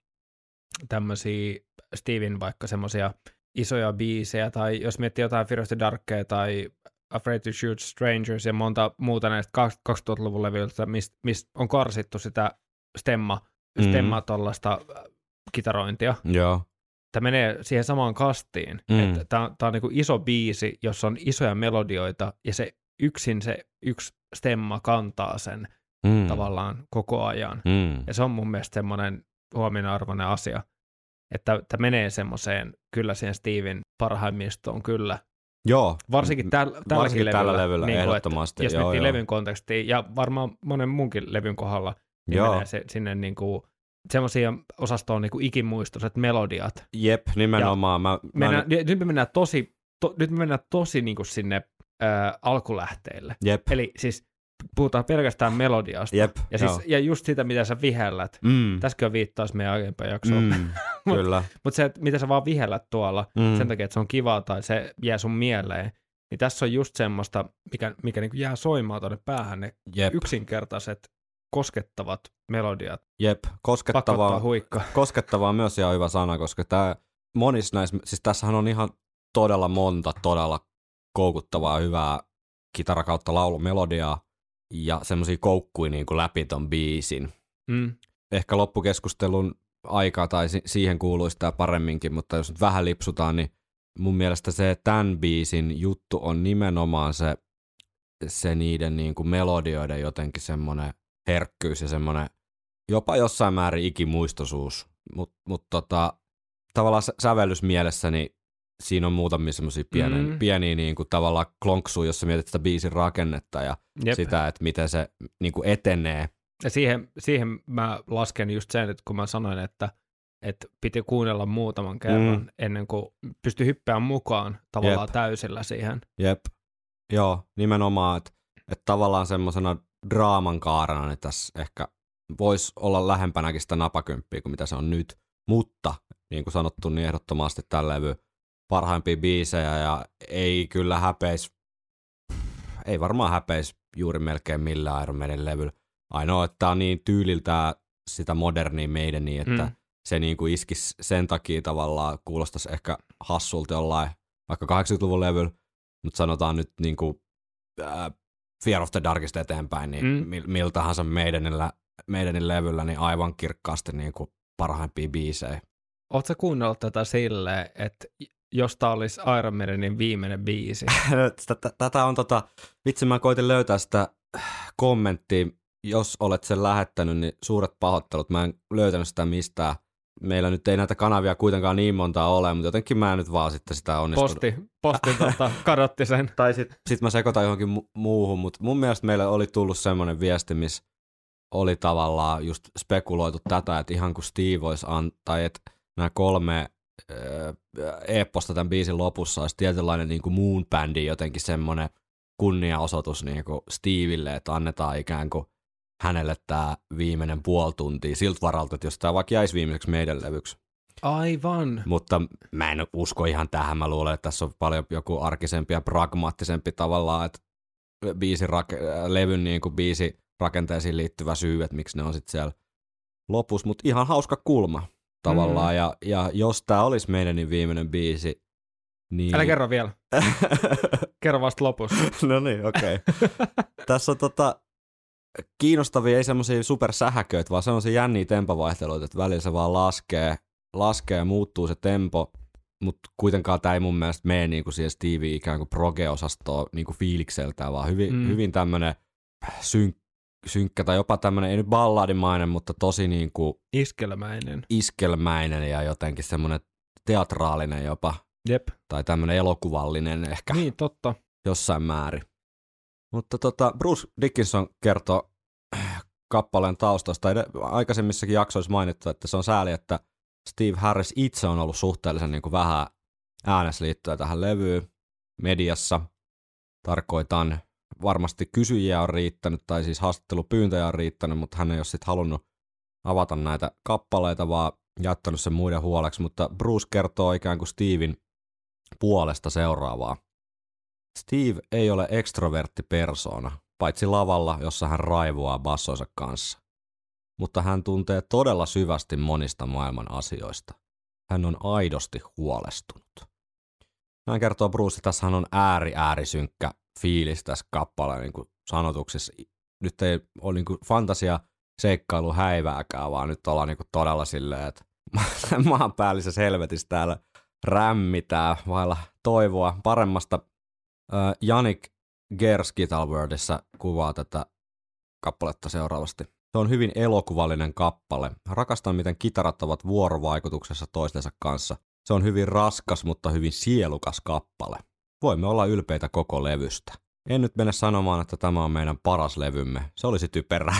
tämmöisiä Steven vaikka semmoisia isoja biisejä, tai jos miettii jotain Fear of the Darkia tai Afraid to Shoot Strangers ja monta muuta näistä kaksituhattaluvun levyiltä, mistä mist on karsittu sitä stemma, mm. stemma tuollaista kitarointia. Joo. Tämä menee siihen samaan kastiin. Mm. Tämä on niinku iso biisi, jossa on isoja melodioita, ja se yksin se yksi stemma kantaa sen mm. tavallaan koko ajan. Mm. Ja se on mun mielestä semmoinen huomionarvoinen asia, että tämä menee semmoiseen kyllä siihen Steven parhaimmistoon kyllä. Joo. Varsinkin, täl, Varsinkin levyllä, tällä levyllä, niin kuin, ehdottomasti. Jos miettii levyn kontekstia, ja varmaan monen munkin levyn kohdalla, niin Joo. menee se, sinne niin kuin semmoisia osastoon niin kuin ikimuistoiset melodiat. Jep, nimenomaan. Mä, mä mennään, nyt... nyt me mennään tosi, to, nyt me mennään tosi niin kuin sinne ää, alkulähteille. Jep. Eli siis puhutaan pelkästään melodiasta. Jep, ja, siis, ja just sitä, mitä sä vihellät. Mm. Tässäkin on viittaus meidän aiempaan jaksoon. Mm, kyllä. Mutta se, että mitä sä vaan vihellät tuolla Mm. sen takia, että se on kivaa tai se jää sun mieleen, niin tässä on just semmoista, mikä, mikä niin kuin jää soimaan tuonne päähän, ne Jep. yksinkertaiset, koskettavat melodiat. Jep, koskettavaa, huikka. koskettavaa on myös ihan hyvä sana, koska tämä monissa näissä, siis tässähän on ihan todella monta todella koukuttavaa hyvää kitara kautta laulumelodiaa ja semmoisia koukkuja niin kuin läpi ton biisin. Mm. Ehkä loppukeskustelun aikaa tai si- siihen kuuluisi tämä paremminkin, mutta jos nyt vähän lipsutaan, niin mun mielestä se tämän biisin juttu on nimenomaan se, se niiden niin kuin melodioiden jotenkin semmoinen herkkyys ja semmoinen jopa jossain määrin ikimuistoisuus, mutta mut tota, tavallaan sä- sävellysmielessä niin siinä on muutamia semmoisia pieniä, Mm. pieniä niin kuin tavallaan klonksuja, jos sä mietit sitä biisin rakennetta ja Jep. sitä, että miten se niin kuin etenee. Ja siihen, siihen mä lasken just sen, että kun mä sanoin, että, että piti kuunnella muutaman kerran Mm. ennen kuin pystyi hyppäämään mukaan tavallaan Jep. täysillä siihen. Jep, joo, nimenomaan, että et tavallaan semmoisena draaman kaarena niin tässä ehkä voisi olla lähempänäkin sitä napakymppiä kuin mitä se on nyt, mutta niin kuin sanottu, niin ehdottomasti tämä levy parhaimpia biisejä ja ei kyllä häpeisi, ei varmaan häpeisi juuri melkein millään Iron Maiden levyllä. Ainoa, että tämä on niin tyyliltään sitä modernia meidän niin, että Mm. se niin kuin iskisi sen takia tavallaan, kuulostaisi ehkä hassulta jollain vaikka kahdeksankymmentäluvun levyllä, mutta sanotaan nyt niin kuin äh, Fear of the Darkista eteenpäin, niin Mm. mm. miltä tahansa meidänillä, meidänin levyllä, niin aivan kirkkaasti niin kuin parhaimpia biisejä. Ootko sä kuunnellut tätä silleen, että jos tää olisi Iron Maidenin viimeinen biisi? Tätä, tätä on tota, vitsi mä koitin löytää sitä kommenttia, jos olet sen lähettänyt, niin suuret pahoittelut, mä en löytänyt sitä mistään. Meillä nyt ei näitä kanavia kuitenkaan niin montaa ole, mutta jotenkin mä en nyt vaan sitten sitä onnistunut. Posti, posti tota, kadotti sen. Tai sitten sit mä sekoitan johonkin mu- muuhun, mutta mun mielestä meille oli tullut semmoinen viesti, missä oli tavallaan just spekuloitu tätä, että ihan kuin Steve olisi an- tai että nämä kolme e-posta tämän biisin lopussa olisi tietynlainen niin kuin Moon Bandin jotenkin semmoinen kunniaosoitus niin kuin Stevelle, että annetaan ikään kuin hänelle tämä viimeinen puoli tuntia siltä varalta, että jos tämä vaikka jäisi viimeiseksi meidän levyksi. Aivan. Mutta mä en usko ihan tähän, mä luulen, että tässä on paljon joku arkisempi ja pragmaattisempi tavallaan, että biisin rak- levyn niin kuin biisi rakenteisiin liittyvä syy, että miksi ne on sitten siellä lopussa, mutta ihan hauska kulma tavallaan, mm. ja, ja jos tämä olisi meidän niin viimeinen biisi, niin... Älä kerro vielä. Kerro vasta lopussa. No niin, okei. Okay. Tässä on tota, kiinnostavia, ei semmoisia supersähäköitä, vaan semmoisia jänniä tempovaihteluita, että välillä se vaan laskee, laskee ja muuttuu se tempo, mutta kuitenkaan tämä ei mun mielestä mene niinku siihen Stevie ikään kuin proge-osastoon niinku fiilikseltään, vaan hyvin, mm. hyvin tämmöinen synk, synkkä tai jopa tämmöinen, ei nyt balladimainen, mutta tosi niinku iskelmäinen. iskelmäinen ja jotenkin semmoinen teatraalinen jopa. Jep. Tai tämmöinen elokuvallinen ehkä. Niin, totta. Jossain määrin. Mutta tota, Bruce Dickinson kertoo kappaleen taustasta. Aikaisemmissakin jaksoissa mainittu, että se on sääli, että Steve Harris itse on ollut suhteellisen niin kuin vähän äänessä liittyen tähän levyyn mediassa. Tarkoitan, varmasti kysyjiä on riittänyt, tai siis haastattelupyyntöjä on riittänyt, mutta hän ei ole sitten halunnut avata näitä kappaleita, vaan jättänyt sen muiden huoleksi. Mutta Bruce kertoo ikään kuin Steven puolesta seuraavaa. Steve ei ole ekstrovertti persoona, paitsi lavalla, jossa hän raivoaa bassonsa kanssa. Mutta hän tuntee todella syvästi monista maailman asioista. Hän on aidosti huolestunut. Näin kertoo Bruce, että tässähän on ääri äärisynkkä fiilis tässä kappaleen niin kuin sanotuksissa. Nyt ei ole niin kuin fantasia seikkailu häivääkään, vaan nyt ollaan niin kuin todella silleen, että maanpäällisessä helvetissä täällä rämmitään vailla toivoa paremmasta. Uh, Jannik Gers Guitar-Worldissa kuvaa tätä kappaletta seuraavasti. Se on hyvin elokuvallinen kappale. Rakastan, miten kitarat ovat vuorovaikutuksessa toistensa kanssa. Se on hyvin raskas, mutta hyvin sielukas kappale. Voimme olla ylpeitä koko levystä. En nyt mene sanomaan, että tämä on meidän paras levymme. Se olisi typerää.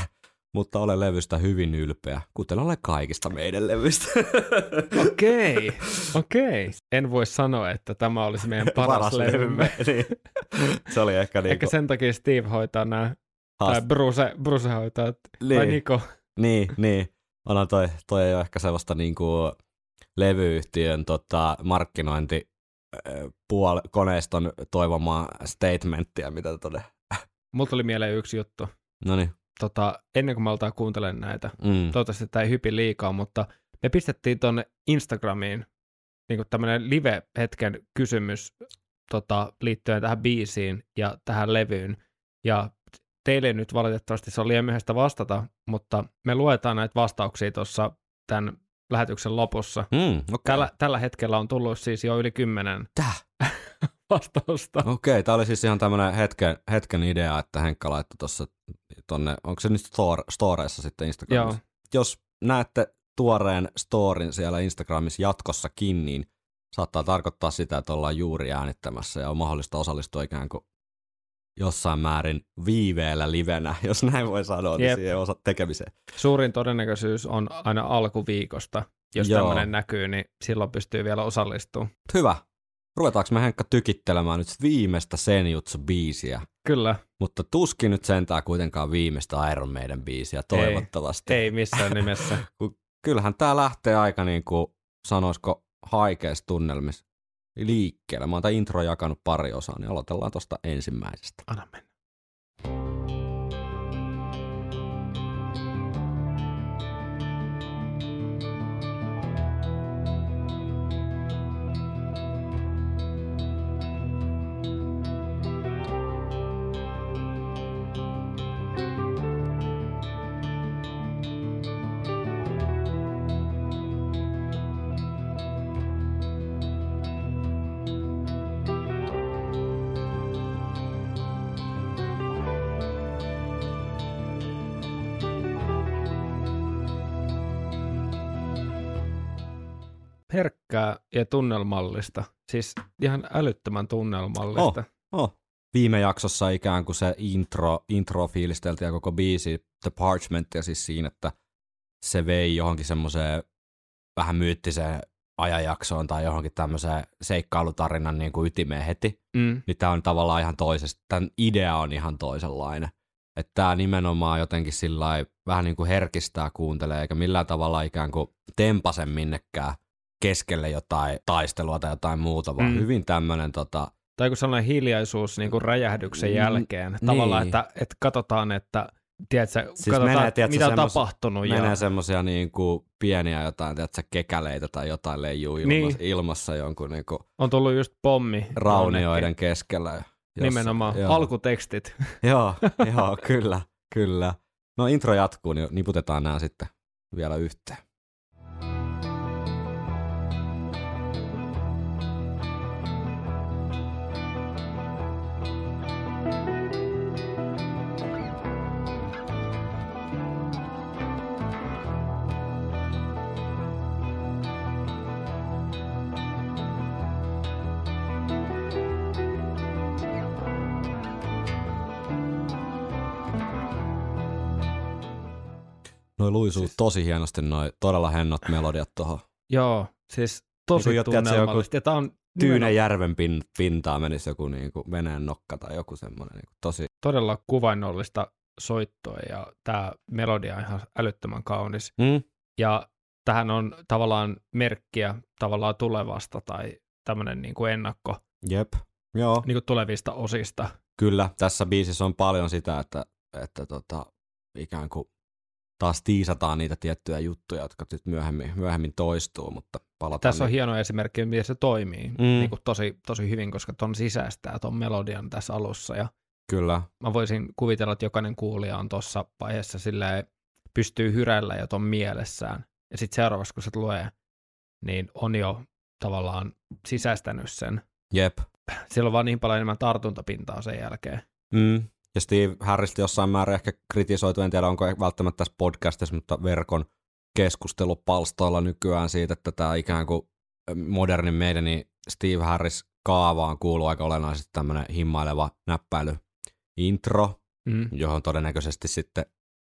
mutta olen levystä hyvin ylpeä, kuten olen kaikista meidän levyistä. Okei, okei. En voi sanoa, että tämä olisi meidän paras, paras levymme. Niin. Se oli ehkä niinku... Ehkä sen takia Steve hoitaa nämä, Haast... tai Bruce, Bruce hoitaa, niin. tai Niko. Niin, niin. Onhan toi, toi ei ole ehkä sellaista niinku levyyhtiön tota, markkinointi puol koneiston toivomaa statementtia, mitä todella. Mulla tuli mieleen yksi juttu. Noniin. Tota, ennen kuin mä aletaan kuuntelemaan näitä, mm. toivottavasti tämä ei hypi liikaa, mutta me pistettiin tuonne Instagramiin niin tämmöinen live-hetken kysymys tota, liittyen tähän biisiin ja tähän levyyn. Ja teille nyt valitettavasti se on liian myöhäistä vastata, mutta me luetaan näitä vastauksia tuossa tämän lähetyksen lopussa. Mm, okay. tällä, tällä hetkellä on tullut siis jo yli kymmenen Täh? vastausta. Okei, okay, tämä oli siis ihan tämmöinen hetken, hetken idea, että Henkka laittoi tuossa tonne, onko se nyt store, storeissa sitten Instagramissa? Joo. Jos näette tuoreen storin siellä Instagramissa jatkossakin, niin saattaa tarkoittaa sitä, että ollaan juuri äänittämässä ja on mahdollista osallistua ikään kuin jossain määrin viiveellä livenä, jos näin voi sanoa, niin siihen osa tekemiseen. Suurin todennäköisyys on aina alkuviikosta. Jos Joo. tämmöinen näkyy, niin silloin pystyy vielä osallistumaan. Hyvä. Ruvetaanko me Henkka tykittelemään nyt viimeistä Senjutsu-biisiä? Kyllä. Mutta tuskin nyt sentään kuitenkaan viimeistä Iron Maiden biisiä, toivottavasti. Ei, ei missään nimessä. Kyllähän tää lähtee aika niin kuin, sanoisiko, haikeissa tunnelmissa liikkeelle. Mä oon tää intro jakanut pari osaa, niin aloitellaan tosta ensimmäisestä. Anna mennä. Herkkää ja tunnelmallista. Siis ihan älyttömän tunnelmallista. Oh, oh. Viime jaksossa ikään kuin se intro, intro fiilisteltiin ja koko biisi The Parchment ja siis siinä, että se vei johonkin semmoiseen vähän myyttiseen ajanjaksoon tai johonkin tämmöiseen seikkailutarinan niin kuin ytimeen heti. Mm. Niin tää on tavallaan ihan toisesta. Tämän idea on ihan toisenlainen. Että tää nimenomaan jotenkin sillai vähän niin kuin herkistää kuuntelee eikä millään tavalla ikään kuin tempase minnekään keskelle jotain taistelua tai jotain muuta, vaan mm. hyvin tämmöinen tota... Tai kun sellainen hiljaisuus niin kuin räjähdyksen jälkeen. Mm, tavallaan, niin. että, että katsotaan, että tiedätkö, siis katsotaan, menee, tiedätkö, mitä on semmos, tapahtunut. Menee semmoisia niin kuin pieniä jotain, tiedätkö, kekäleitä tai jotain leijuu ilmassa, niin. ilmassa jonkun niin kuin... On tullut just pommi. Raunioiden keskellä. Jossa, nimenomaan, joo. Alkutekstit. joo, joo, kyllä, kyllä. No intro jatkuu, niin niputetaan nämä sitten vielä yhteen. Noi luisuu siis, tosi hienosti, noi todella hennot melodiat tuohon. Joo, siis tosi niin tunnelmallista. Ja tää on Tyynen järven pin, pintaa menisi joku niinku veneen nokka tai joku semmoinen niinku tosi. Todella kuvainnollista soittoa ja tää melodia on ihan älyttömän kaunis. Mm. Ja tähän on tavallaan merkkiä tavallaan tulevasta tai tämmöinen niinku ennakko. Jep, joo. Niinku tulevista osista. Kyllä, tässä biisissä on paljon sitä, että, että tota, ikään kuin taas tiisataan niitä tiettyjä juttuja, jotka nyt myöhemmin, myöhemmin toistuu, mutta palataan. Tässä on niin. hieno esimerkki, miten se toimii mm. niin kuin tosi, tosi hyvin, koska ton sisäistää ton melodian tässä alussa. Ja kyllä. Mä voisin kuvitella, että jokainen kuulija on tuossa vaiheessa silleen, pystyy hyrällä jo ton mielessään. Ja sitten seuraavaksi, kun se lue, niin on jo tavallaan sisäistänyt sen. Jep. Siellä on vaan niin paljon enemmän tartuntapintaa sen jälkeen. Mm. Ja Steve Harrista jossain määrin ehkä kritisoitu, en tiedä onko välttämättä tässä podcastissa, mutta verkon keskustelupalstoilla nykyään siitä, että tämä ikään kuin modernin meidän, niin Steve Harris kaavaan kuuluu aika olennaisesti tämmöinen himmaileva näppäily intro, mm. johon todennäköisesti sitten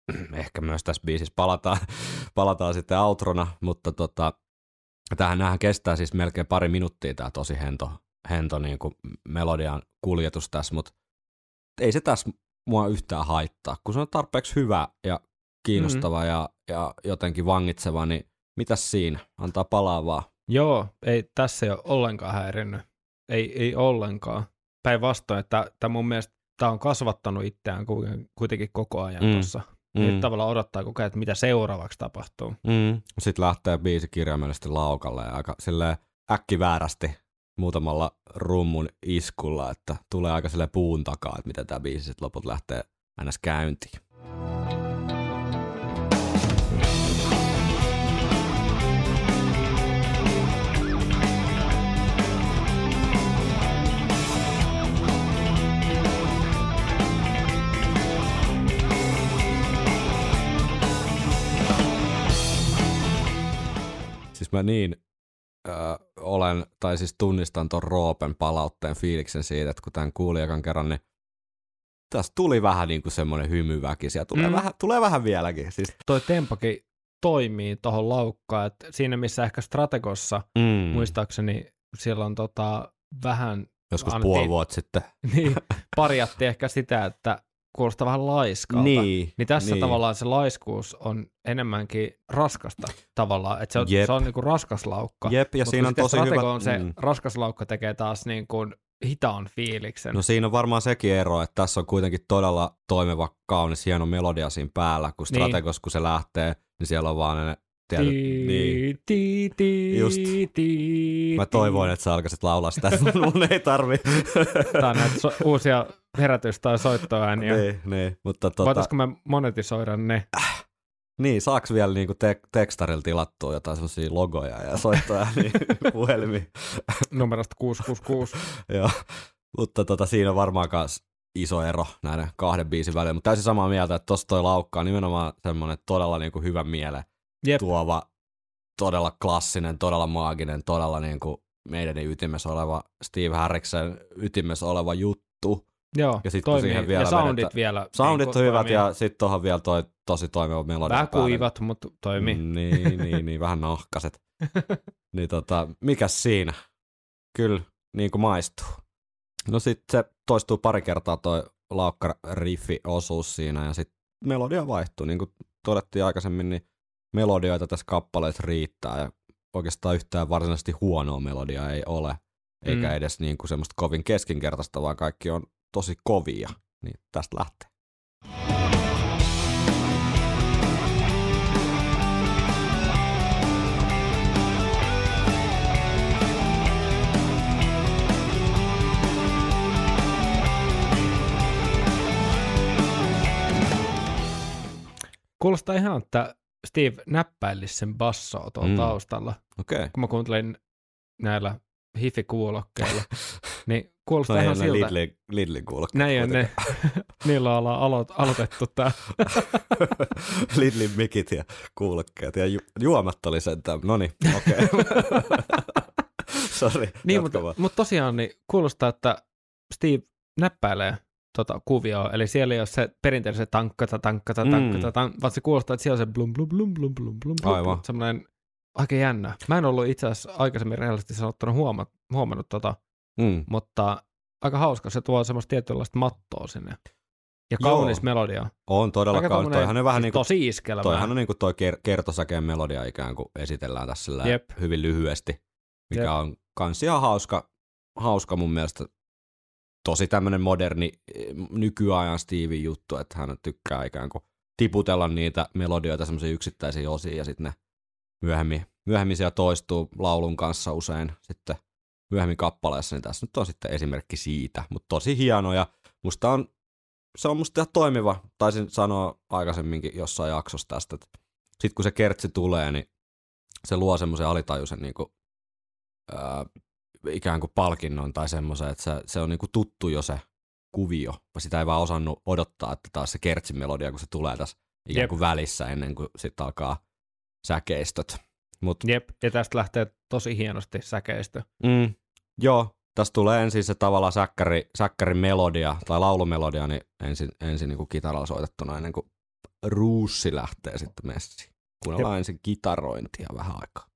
ehkä myös tässä biisissä palataan, palataan sitten outrona, mutta tota, tämähän näähän kestää siis melkein pari minuuttia tämä tosi hento, hento niin kuin melodian kuljetus tässä, mutta ei se tässä mua yhtään haittaa, kun se on tarpeeksi hyvä ja kiinnostava mm-hmm. ja, ja jotenkin vangitseva, niin mitäs siinä? Antaa palaa vaan. Joo, ei tässä ei ole ollenkaan häirinnyt. Ei, ei ollenkaan. Päinvastoin, että tämä mun mielestä tämä on kasvattanut itseään kuitenkin koko ajan mm. tuossa. Mm. Niin tavallaan odottaa koko ajan, että mitä seuraavaksi tapahtuu. Mm. Sitten lähtee biisi kirjaimellisesti laukalle ja aika silleen äkkiväärästi muutamalla rummun iskulla, että tulee aika silleen puun takaa, että miten tämä biisi sitten loput lähtee ns. Käyntiin. Siis mä niin äh, olen, tai siis tunnistan ton Roopen palautteen fiiliksen siitä, että kun tämän kuulin ekan kerran, niin tässä tuli vähän niin kuin semmoinen hymyväkisiä. Tulee, mm. vähän, tulee vähän vieläkin. Siis. Toi tempokin toimii tohon laukkaan, että siinä missä ehkä Strategossa, mm. muistaakseni siellä on tota vähän... Joskus annettiin, puoli vuotta sitten. Niin, parjatti ehkä sitä, että kuulostaa vähän laiskalta. Niin, niin tässä niin. tavallaan se laiskuus on enemmänkin raskasta tavallaan, että se on, se on niinku raskas laukka. Jep, ja mutta siinä on tosi hyvä. On se mm. raskas laukka tekee taas niinku hitaan fiiliksen. No siinä on varmaan sekin ero, että tässä on kuitenkin todella toimiva, kaunis, hieno melodia siinä päällä, kun Strategos, niin. kun se lähtee, niin siellä on vaan ne tietyt, niin. Tii, tii, just. Tii, mä toivoin, että sä alkaisit laulaa sitä, mun ei tarvi. Tää on näitä so- uusia herätys- tai soittoääniä. Niin, niin, mutta tota... Voitaisko me monetisoida ne? Äh, niin, saaks vielä niinku te- tekstarilla tilattua jotain sellaisia logoja ja soittoääniä puhelimia? Numerosta kuusi kuusi kuusi. Joo, mutta tota, siinä on varmaan myös iso ero näiden kahden biisin välillä, mutta täysin samaa mieltä, että tossa toi laukka on nimenomaan semmoinen todella niinku hyvän mielen Jep. tuova, todella klassinen, todella maaginen, todella niinku meidän ytimessä oleva, Steve Harriksen ytimessä oleva juttu. Joo, ja sit, toimii. Siihen vielä ja soundit vedetään, vielä. Soundit on hyvät ja sitten tuohon vielä toi tosi toimiva melodia. Vähän kuivat, mutta toimii. Niin, niin, niin, vähän nahkaset. Niin tota, mikäs siinä? Kyllä, niin kuin maistuu. No sit se toistuu pari kertaa toi laukka-riffi-osuus siinä ja sit melodia vaihtuu. Niin kuin todettiin aikaisemmin, niin melodioita tässä kappaleessa riittää ja oikeastaan yhtään varsinaisesti huonoa melodiaa ei ole. Eikä mm. edes niin kuin semmoista kovin keskinkertaista, vaan kaikki on tosi kovia. Niin tästä lähtee. Kuulostaa ihan, että Steve näppäilisi sen bassoa tuolla mm. taustalla. Okay. Kun mä kuuntelin näillä hifi-kuulokkeilla, niin kuulostaa no ihan siltä. Lidlin, Lidlin kuulokkeet. Näin on ne. Niillä ollaan alo- aloitettu tää. Lidlin mikit ja kuulokkeet ja ju- juomat oli sentään. Noniin, okei. Okay. Sori, niin, mutta, mutta tosiaan niin kuulostaa, että Steve näppäilee tota kuvioa, eli siellä ei ole se perinteinen se tankkata, tankkata, tankkata, mm. tankkata, vaan se kuulostaa, että siellä on se blum, blum, blum, blum, blum, blum, blum, semmoinen aika jännä. Mä en ollut itse asiassa aikaisemmin rehellisesti sanottuna huoma- huomannut tota, mm. mutta aika hauska, se tuo semmoista tietynlaista mattoa sinne. Ja kaunis Joo. melodia. On todella aika kaunis. Toihan on vähän niin kuin, tosi iskelmää. Toihan on niin kuin toi ker- kertosäkeen melodia ikään kuin esitellään tässä hyvin lyhyesti, mikä Jep. on kans ihan hauska, hauska mun mielestä. Tosi tämmöinen moderni nykyajan Stevie juttu, että hän tykkää ikään kuin tiputella niitä melodioita semmoisiin yksittäisiin osiin ja sitten ne myöhemmin, myöhemmin siellä toistuu laulun kanssa usein sitten myöhemmin kappaleessa, niin tässä nyt on sitten esimerkki siitä, mutta tosi hieno ja musta on, se on musta ihan toimiva, taisin sanoa aikaisemminkin jossain jaksossa tästä, että sitten kun se kertsi tulee, niin se luo semmoisen alitajuisen niin kuin, ää, ikään kuin palkinnon tai semmoisen, että se, se on niin kuin tuttu jo se kuvio, sitä ei vaan osannut odottaa, että taas se kertsin melodia, kun se tulee tässä ikään Jep. kuin välissä ennen kuin sitten alkaa säkeistöt. Mut, Jep, ja tästä lähtee tosi hienosti säkeistö. Mm, joo, tästä tulee ensin se tavallaan säkkäri, säkkärin melodia tai laulumelodia, niin ensin, ensin niin kuin kitaralla soitettuna ennen kuin Ruussi lähtee sitten messiin. Kuunnellaan ensin kitarointia vähän aikaa.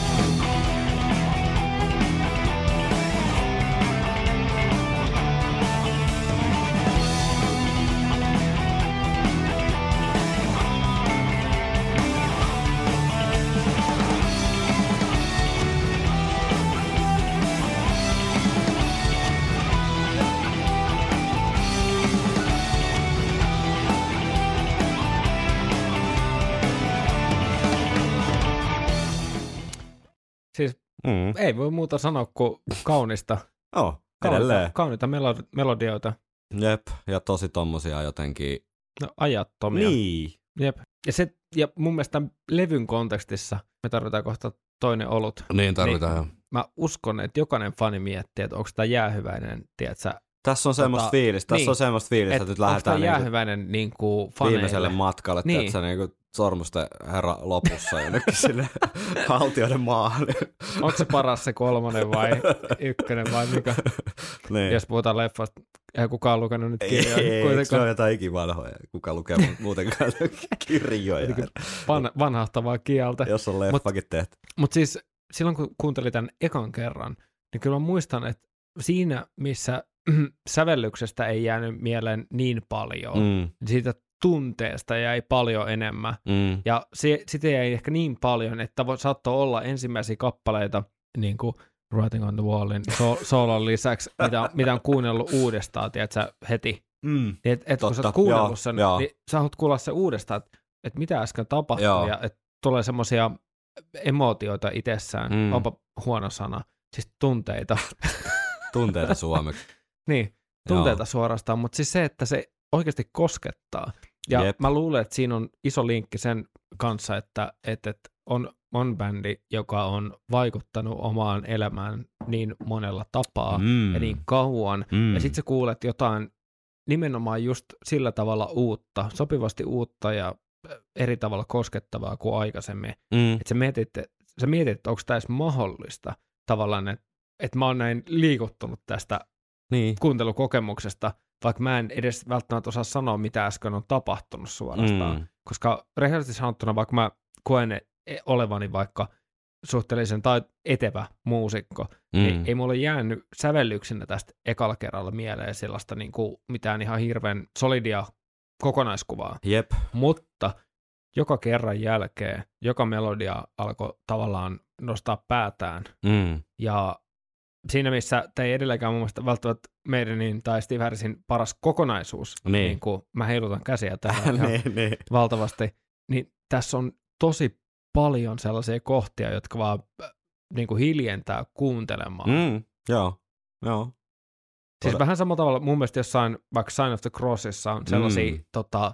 Siis mm. ei voi muuta sanoa kuin kaunista. Oh, kaunita, kaunita melod- melodioita. Jep, ja tosi tommosia jotenkin. No ajattomia. Niin. Jep. Ja, se, ja mun mielestä levyn kontekstissa me tarvitaan kohta toinen olut. Niin tarvitaan niin, jo. Mä uskon, että jokainen fani miettii, että onko tämä jäähyväinen, tiedätkö. Tässä on semmoista tota, fiilistä, tässä niin, on semmoista fiilistä, että nyt lähdetään niinku, jäähyväinen niinku faneille. Viimeiselle matkalle, niin. Tiedätkö, niinku sormusten herra lopussa jonnekin sinne haltioiden maahan. Onko se paras se kolmonen vai ykkönen vai mikä? Niin. Jos puhutaan leffasta, eihän kukaan on lukenut nyt kirjoja. Ei, eikö se ole jotain ikivanhoja? Kukaan lukee muutenkaan kirjoja. Van, vanhahtavaa kieltä. Jos on leffakin tehty. Mutta siis silloin kun kuuntelin tämän ekan kerran, niin kyllä mä muistan, että siinä missä sävellyksestä ei jäänyt mieleen niin paljon, mm. siitä tunteesta jäi paljon enemmän. Mm. Ja se, sitä jäi ehkä niin paljon, että saattoi olla ensimmäisiä kappaleita, niin kuin Writing on the Wallin so, soolon lisäksi, mitä, mitä on kuunnellut uudestaan, tiedätkö, heti. Mm. Et, et kun sä oot kuunnellut joo, sen, joo. niin sä haluat kuulla sen uudestaan, että et mitä äsken tapahtui, joo. ja että tulee semmoisia emootioita itsessään, mm. onpa huono sana, siis tunteita. Tunteita suomeksi. Niin, tunteita joo. suorastaan, mutta siis se, että se oikeasti koskettaa. Ja Jep. mä luulen, että siinä on iso linkki sen kanssa, että, että on, on bändi, joka on vaikuttanut omaan elämään niin monella tapaa mm. ja niin kauan. Mm. Ja sitten sä kuulet jotain nimenomaan just sillä tavalla uutta, sopivasti uutta ja eri tavalla koskettavaa kuin aikaisemmin. Mm. Että sä mietit, sä mietit, että onko tämä edes mahdollista tavallaan, että, että mä oon näin liikuttunut tästä niin. kuuntelukokemuksesta, vaikka mä en edes välttämättä osaa sanoa, mitä äsken on tapahtunut suorastaan. Mm. Koska rehellisesti sanottuna, vaikka mä koen olevani vaikka suhteellisen tai etevä muusikko, mm. niin ei mulle jäänyt sävellyksenä tästä ekalla kerralla mieleen sellaista niin kuin mitään ihan hirveän solidia kokonaiskuvaa. Jep. Mutta joka kerran jälkeen, joka melodia alkoi tavallaan nostaa päätään. Mm. Ja siinä, missä tämä ei edelläkään mun mielestä välttämättä meidänin tai Steve Harrisin paras kokonaisuus, niin, niin kuin mä heilutan käsiä tähän ihan niin, valtavasti, niin tässä on tosi paljon sellaisia kohtia, jotka vaan niin kuin hiljentää kuuntelemaan. Mm, joo, joo. Siis Ota. vähän samalla tavalla mun mielestä jossain, vaikka Sign of the Crossissa on sellaisia mm. tota,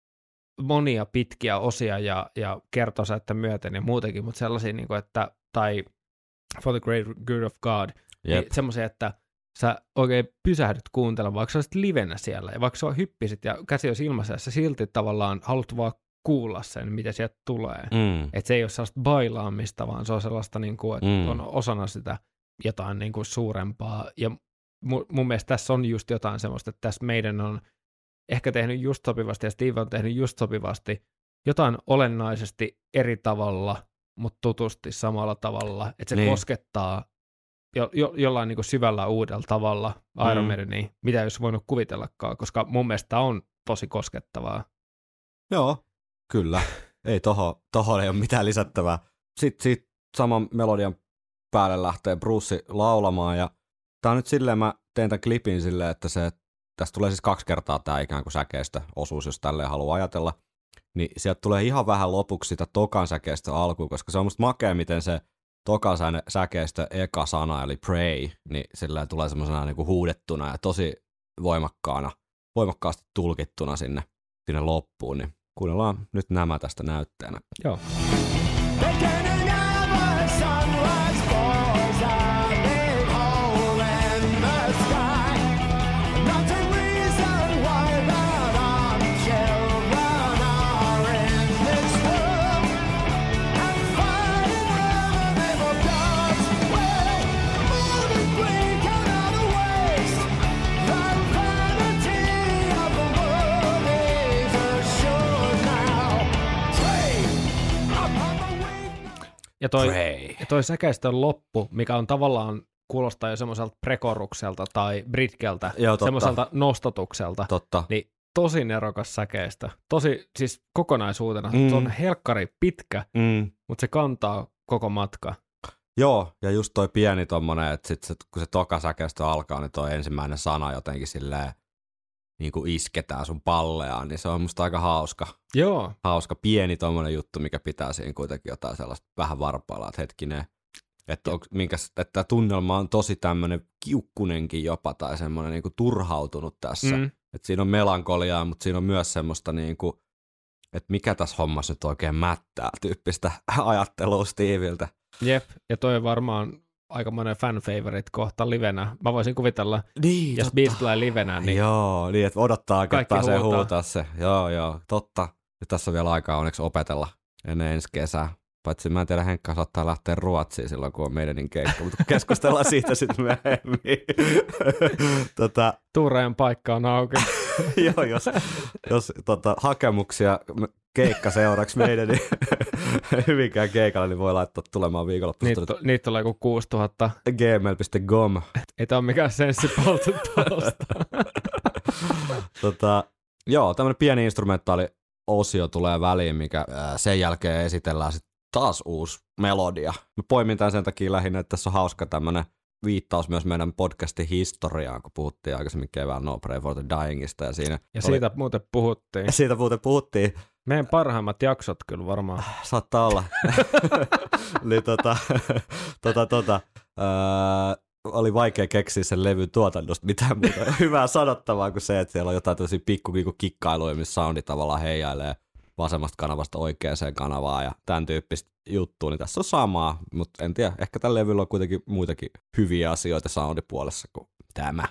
monia pitkiä osia ja, ja kertosäettä myöten ja muutenkin, mutta sellaisia, niin kuin, että, tai For the Great Good of God, niin semmoisia, että sä oikein pysähdyt kuuntelemaan, vaikka sä olisit livenä siellä, ja vaikka sä hyppisit ja käsi olisi ilmassa, ja sä silti tavallaan haluat vaan kuulla sen, mitä sieltä tulee. Mm. Että se ei ole sellaista bailaamista, vaan se on sellaista, niin kuin, että mm. on osana sitä jotain niin kuin suurempaa. Ja mu- mun mielestä tässä on just jotain semmoista, että tässä meidän on ehkä tehnyt just sopivasti, ja Steve on tehnyt just sopivasti jotain olennaisesti eri tavalla, mutta tutusti samalla tavalla, että se niin. koskettaa jo, jo, jollain niin kuin syvällä uudella tavalla Iron Maidenia, mm. mitä ei olisi voinut kuvitellakaan, koska mun mielestä on tosi koskettavaa. Joo, kyllä. Ei toho, tohon ei ole mitään lisättävää. Sitten sit saman melodian päälle lähtee Bruce laulamaan, ja tää on nyt silleen, mä tein tämän klipin silleen, että se, tästä tulee siis kaksi kertaa tää ikään kuin säkeistä osuus, jos tälleen haluaa ajatella, niin sieltä tulee ihan vähän lopuksi sitä tokan säkeistä alkuun, koska se on musta makea, miten se tokan säkeistä eka sana, eli pray, niin sillä tulee semmoisena niinku huudettuna ja tosi voimakkaana, voimakkaasti tulkittuna sinne, sinne loppuun, niin kuunnellaan nyt nämä tästä näytteenä. Joo. Ja toi, Pray. ja toi säkeistön loppu, mikä on tavallaan kuulostaa jo semmoiselta prekorukselta tai britkeltä, Joo, totta. semmoiselta nostotukselta, Totta. niin tosi nerokas säkeistö. Tosi, siis kokonaisuutena, Mm. se on helkkari pitkä, Mm. mutta se kantaa koko matka. Joo, ja just toi pieni tommonen, että sit se, kun se toka säkeistö alkaa, niin toi ensimmäinen sana jotenkin silleen niin kuin isketään sun palleaan, niin se on musta aika hauska. Joo. Hauska pieni tommonen juttu, mikä pitää siinä kuitenkin jotain sellaista vähän varpailla, että hetkinen, että, onks, minkäs, että tunnelma on tosi tämmönen kiukkunenkin jopa tai semmoinen niin kuin turhautunut tässä. Mm. Että siinä on melankoliaa, mutta siinä on myös semmoista niin kuin, että mikä tässä hommassa nyt oikein mättää tyyppistä ajattelua Steviltä. Jep, ja toi on varmaan aika monen fan favorite kohta livenä. Mä voisin kuvitella, Niin, jos biisi tulee livenä, niin Joo, niin että odottaa, että kaikki pääsee huutaa. huutaa se. Joo, joo, totta. Ja tässä on vielä aikaa onneksi opetella ennen ensi kesää. Paitsi mä en tiedä, Henkka saattaa lähteä Ruotsiin silloin, kun on meidänin keikka, mutta keskustellaan siitä sitten myöhemmin. tota, Tuureen paikka on auki. joo, jos, jos tota, hakemuksia keikka seuraavaksi meidän, niin hyvinkään keikalla, niin voi laittaa tulemaan viikonloppuista. Niitä, niitä tulee kuin kuusituhatta. gmail piste com. Ei tää ole mikään senssipaltu tuosta. tota, joo, tämmönen pieni instrumentaali osio tulee väliin, mikä ää, sen jälkeen esitellään sit taas uusi melodia. Mä poimin tämän sen takia lähinnä, että tässä on hauska tämmönen viittaus myös meidän podcastin historiaan, kun puhuttiin aikaisemmin kevään No Pray for the Dyingista. Ja, siinä Ja oli, siitä muuten puhuttiin. ja siitä muuten puhuttiin. Meidän parhaimmat jaksot kyllä varmaan. Saattaa olla. niin tota, tota, tota, ää, oli vaikea keksiä sen levyn tuotannosta mitään muuta hyvää sanottavaa kuin se, että siellä on jotain tällaisia pikku kikkailuja, missä soundi tavallaan heijailee vasemmasta kanavasta oikeaan kanavaan ja tämän tyyppistä juttua, niin tässä on samaa, mutta en tiedä, ehkä tällä levyllä on kuitenkin muitakin hyviä asioita soundipuolessa kuin tämä.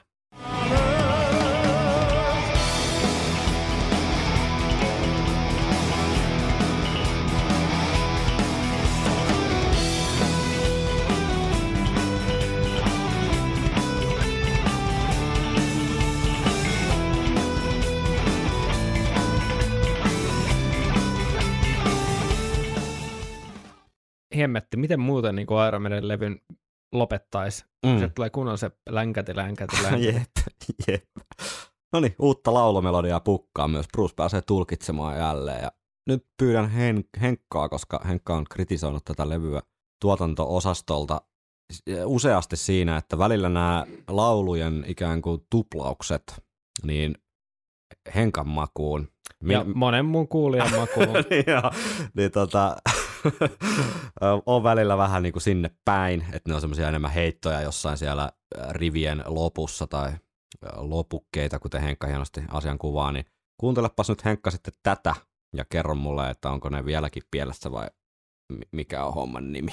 Hemmetti, miten muuten niin kuin Iron Maiden levyn lopettaisi? Mm. Se tulee kunnon se länkäti, länkäti, länkäti. jep, jep. No niin, uutta laulumelodiaa pukkaa myös. Bruce pääsee tulkitsemaan jälleen. Ja nyt pyydän Hen- Henkkaa, koska Henkka on kritisoinut tätä levyä tuotanto-osastolta useasti siinä, että välillä nämä laulujen ikään kuin tuplaukset, niin Henkan makuun. Ja Min- monen muun kuulijan makuun. Joo, niin tota, on välillä vähän niin kuin sinne päin, että ne on semmoisia enemmän heittoja jossain siellä rivien lopussa tai lopukkeita, kuten Henkka hienosti asian kuvaa, niin kuuntelepas nyt Henkka sitten tätä ja kerro mulle, että onko ne vieläkin pielessä vai mikä on homman nimi.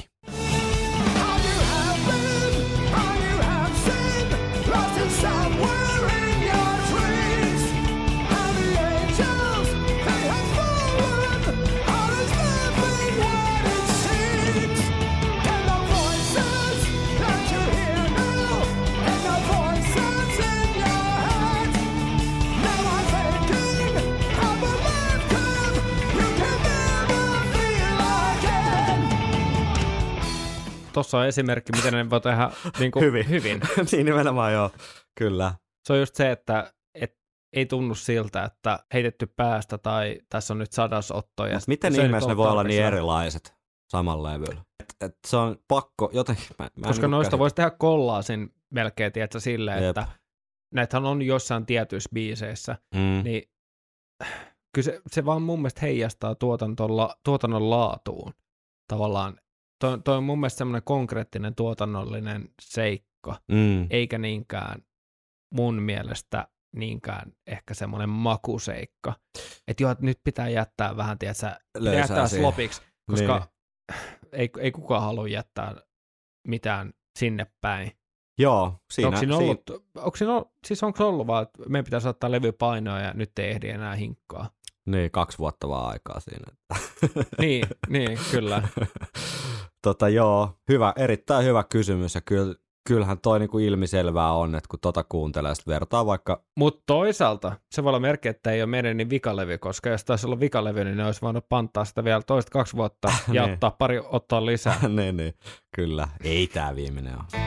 Tuossa on esimerkki, miten ne voi tehdä niin kuin hyvin. hyvin. Niin nimenomaan joo, kyllä. Se on just se, että et, ei tunnu siltä, että heitetty päästä tai tässä on nyt sadasotto. Ja miten se ihmeessä ne voi olla niin tarpeeksi. erilaiset samalla levyllä? Et, et se on pakko jotenkin. Mä, mä Koska noista voisi tehdä kollaasin melkein, tiedätkö, silleen, Jep. että näitähän on jossain tietyissä biiseissä, Mm. niin kyllä se, se vaan mun mielestä heijastaa tuotantolla, tuotannon laatuun tavallaan. Toi, toi on mun mielestä semmoinen konkreettinen tuotannollinen seikka, Mm. eikä niinkään mun mielestä niinkään ehkä semmoinen makuseikka. Että joo, että nyt pitää jättää vähän, tiedätkö, pitää Löysää jättää siihen. slopiksi, koska Niin. ei, ei kukaan halua jättää mitään sinne päin. Joo, siinä. Onko siinä siinä- ollut, onko siinä ollut, siis onko se ollut vaan, että meidän pitäisi ottaa levypainoa ja nyt ei ehdi enää hinkkaa? Niin, kaksi vuotta vaan aikaa siinä. Niin, niin, kyllä. tota joo, hyvä, erittäin hyvä kysymys ja kyllä kyllähän toi niinku ilmiselvää on, että kun tota kuuntelee, sit vertaa vaikka... Mutta toisaalta se voi olla merkki, että ei ole meidän niin vikalevy, koska jos taisi olla vikalevy, niin ne olisi voinut pantaa sitä vielä toista kaksi vuotta ja ottaa pari ottaa lisää. niin, niin, kyllä. Ei tää viimeinen ole.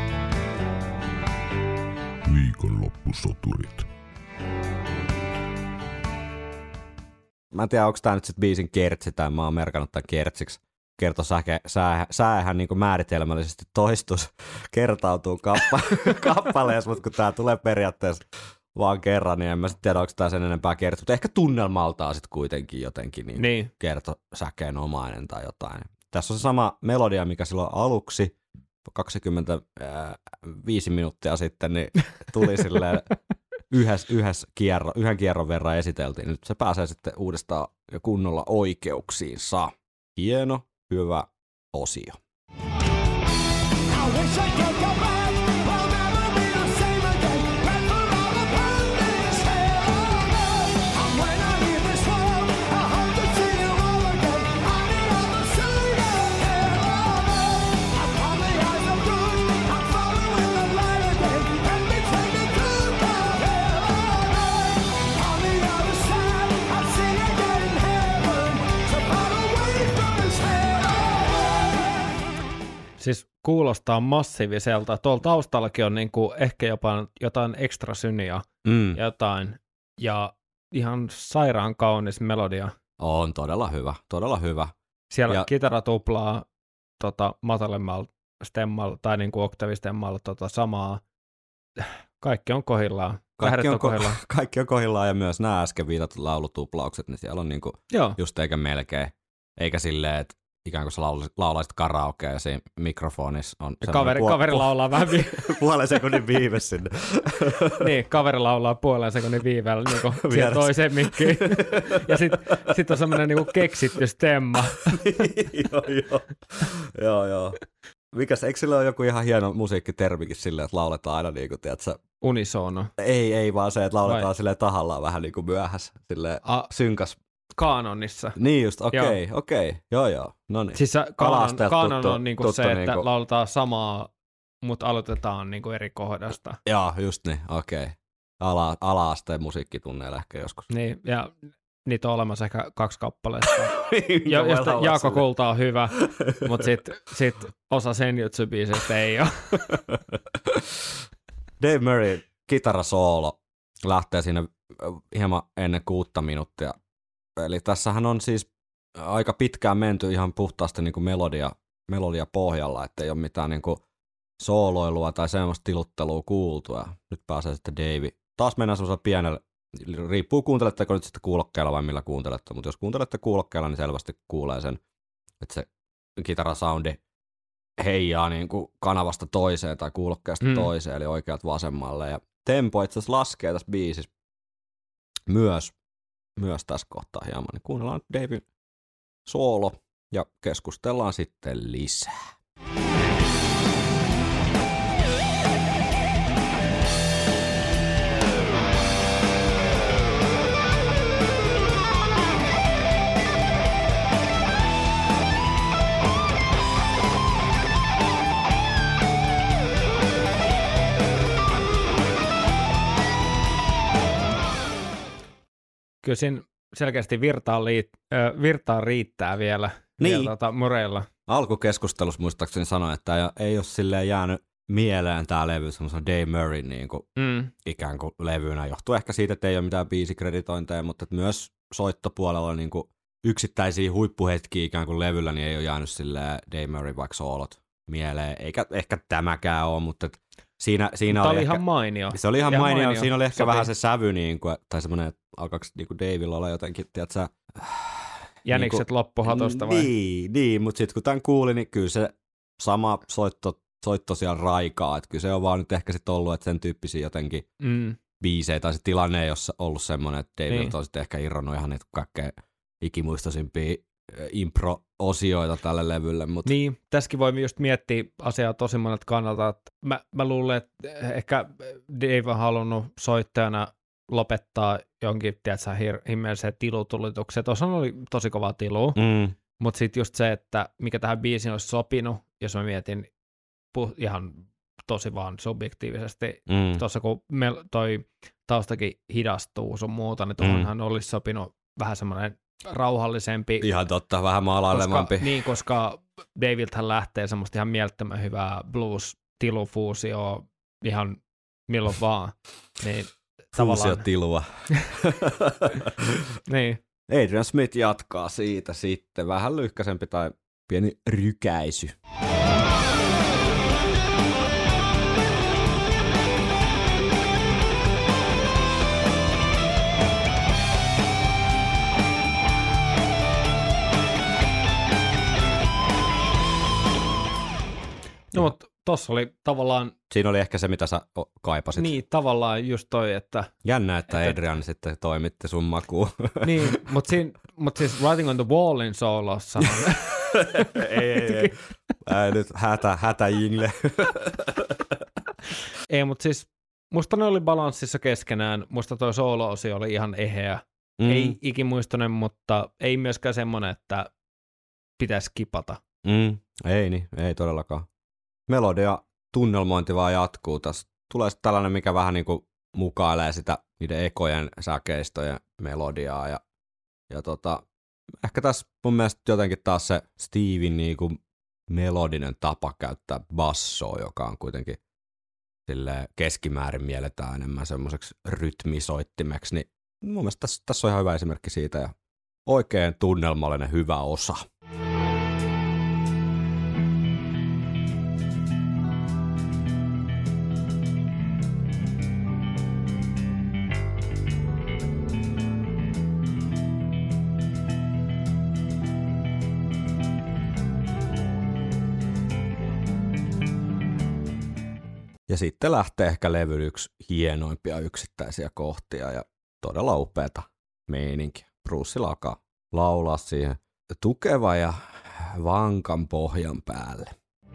Viikonloppusoturit. Mä en tiedä, onko tää nyt sit biisin kertsi, tai mä oon merkannut tämän kertsiksi. Kertosäke, sää, säähän niin kuin määritelmällisesti toistus, kertautuu kappa, kappaleessa, mutta kun tää tulee periaatteessa vaan kerran, niin en mä sitten tiedä, onko tää sen enempää kertsi, mutta ehkä tunnelmaltaan sitten kuitenkin jotenkin niin niin. kertosäkeenomainen tai jotain. Tässä on se sama melodia, mikä silloin aluksi, kaksikymmentäviisi minuuttia sitten, niin tuli silleen yhdessä, yhdessä kierro, yhden kierron verran esiteltiin. Nyt se pääsee sitten uudestaan jo kunnolla oikeuksiinsa. Hieno, hyvä osio. Siis kuulostaa massiiviselta. Tuolla taustallakin on niinku ehkä jopa jotain ekstra syniä Mm. jotain ja ihan sairaan kaunis melodia. On todella hyvä, todella hyvä. Siellä ja... kitara tuplaa tota, matalemmalla stemmalla tai niinku oktavistemmalla tota, samaa. Kaikki on kohillaan. Kaikki on, on kohillaan. Ko- kaikki on kohillaan ja myös nämä äsken viitatut laulutuplaukset, niin siellä on niinku just eikä melkein. Eikä silleen, että ikään kuin sä laulaisit karaokea ja siinä mikrofonissa on kaveri, puol- kaveri laulaa vähän vi- puolen sekunnin viive sinne. niin, kaveri laulaa puolen sekunnin viiveellä niin siihen toiseen mikkiin. ja sitten sit on semmoinen niin keksitty stemma. joo, joo. joo, joo. Mikäs, eikö sillä ole joku ihan hieno musiikkitermikin silleen, että lauletaan aina niin kuin, tiedätkö? Unisono. Ei, ei vaan se, että lauletaan Vai? silleen tahallaan vähän niin kuin myöhässä, silleen A- synkäs. Kaanonissa. Niin just, okei, okay, okei, okay. joo joo, no niin. Siis kaanon, kaanon tuttu, on niinku tuttu se, että niinku... lauletaan samaa, mutta aloitetaan niinku eri kohdasta. Joo, just niin, okei. Okay. Ala, ala-asteen musiikkitunneilla ehkä joskus. Niin, ja niitä on olemassa ehkä kaksi kappaletta. ja, josta Jaakko Kulta on hyvä, mutta sitten sit osa Senjutsu-biisistä ei ole. Dave Murray kitarasoolo lähtee siinä hieman ennen kuutta minuuttia. Eli tässähän on siis aika pitkään menty ihan puhtaasti niin kuin melodia, melodia pohjalla, ettei ole mitään niin kuin sooloilua tai semmoista tiluttelua kuultu. Ja nyt pääsee sitten Dave. Taas mennään semmoisella pienellä, riippuu kuunteletteko nyt sitten kuulokkeella vai millä kuuntelette, mutta jos kuuntelette kuulokkeella, niin selvästi kuulee sen, että se kitarasoundi heijaa niin kuin kanavasta toiseen tai kuulokkeesta mm. toiseen, eli oikealta vasemmalle. Ja tempo itse asiassa laskee tässä biisissä myös, myös tässä kohtaa hieman. Niin kuunnellaan nyt Davin soolo ja keskustellaan sitten lisää. Kyllä siinä selkeästi virtaa, liit, äh, virtaa riittää vielä, niin. vielä tota, Murraylla. Alkukeskustelussa muistaakseni sanoin, että ei ole silleen jäänyt mieleen tämä levy semmoisen Dave Murray niin kuin mm. ikään kuin levynä. Johtuu ehkä siitä, että ei ole mitään biisikreditointeja, mutta että myös soittopuolella niin kuin yksittäisiä huippuhetkiä ikään kuin levyllä, niin ei ole jäänyt silleen Dave Murray vaikka soolot mieleen. Eikä ehkä tämäkään ole, mutta että siinä, siinä oli, oli ehkä, ihan mainio. Se oli ihan, ihan mainio. mainio. Siinä oli ehkä Sopii. vähän se sävy, niin kuin, tai semmoinen, että alkaako niin kuin Davilla olla jotenkin, tiedätkö, jänikset niin loppu hatosta vai? Niin, niin mutta sitten kun tämän kuulin, niin kyllä se sama soitto, soitto siellä raikaa, että kyllä se on vaan nyt ehkä sitten ollut, että sen tyyppisiä jotenkin mm. biisejä, tai se tilanne ei ole ollut semmoinen, että David niin. on sitten ehkä irronnut ihan niitä kaikkein ikimuistoisimpia impro-osioita tälle levylle. Mutta... Niin, tässäkin voi just miettiä asiaa tosi monelta kannalta, että mä, mä luulen, että ehkä Dave on halunnut soittajana lopettaa jonkin, tiedätkö, hir- himmeelliseen tilutulitukseen. Tuossa oli tosi kova tilu, mm. mutta sitten just se, että mikä tähän biisiin olisi sopinut, jos mä mietin puh- ihan tosi vaan subjektiivisesti. Mm. Tuossa kun me, toi taustakin hidastuu sun muuta, niin tuohonhan mm. olisi sopinut vähän semmoinen rauhallisempi. Ihan totta, vähän maalailemampi. Koska, niin, koska Davidhän lähtee semmoista ihan mielettömän hyvää blues-tilufuusioa ihan milloin vaan. Niin, fuusiotilua. Niin. Adrian Smith jatkaa siitä sitten. Vähän lyhkäisempi tai pieni rykäisy. No, mutta tossa oli tavallaan... Siinä oli ehkä se, mitä sä kaipasit. Niin, tavallaan just toi, että... Jännä, että, että Adrian sitten toimitti sun makuun. Niin, mutta mut siis Writing on the Wallin soolossa... ei, ei, ei. Ää, nyt hätä, hätä jingle. Ei, mutta siis musta ne oli balanssissa keskenään. Musta toi soolo-osio oli ihan eheä. Mm. Ei ikimuistoinen, mutta ei myöskään semmoinen, että pitäisi kipata. Mm. Ei niin, ei todellakaan. Melodia, tunnelmointi vaan jatkuu. Tässä tulee sitten tällainen, mikä vähän niin kuin mukailee sitä niiden ekojen säkeistojen melodiaa. Ja, ja tota, ehkä tässä mun mielestä jotenkin taas se Steven niin kuin melodinen tapa käyttää bassoa, joka on kuitenkin silleen keskimäärin mielletään enemmän semmoiseksi rytmisoittimeksi, niin mun mielestä tässä, tässä on ihan hyvä esimerkki siitä ja oikein tunnelmallinen hyvä osa. Ja sitten lähtee ehkä levyn yksi hienoimpia yksittäisiä kohtia ja todella upeata meininkiä. Brucella alkaa laulaa siihen tukeva ja vankan pohjan päälle.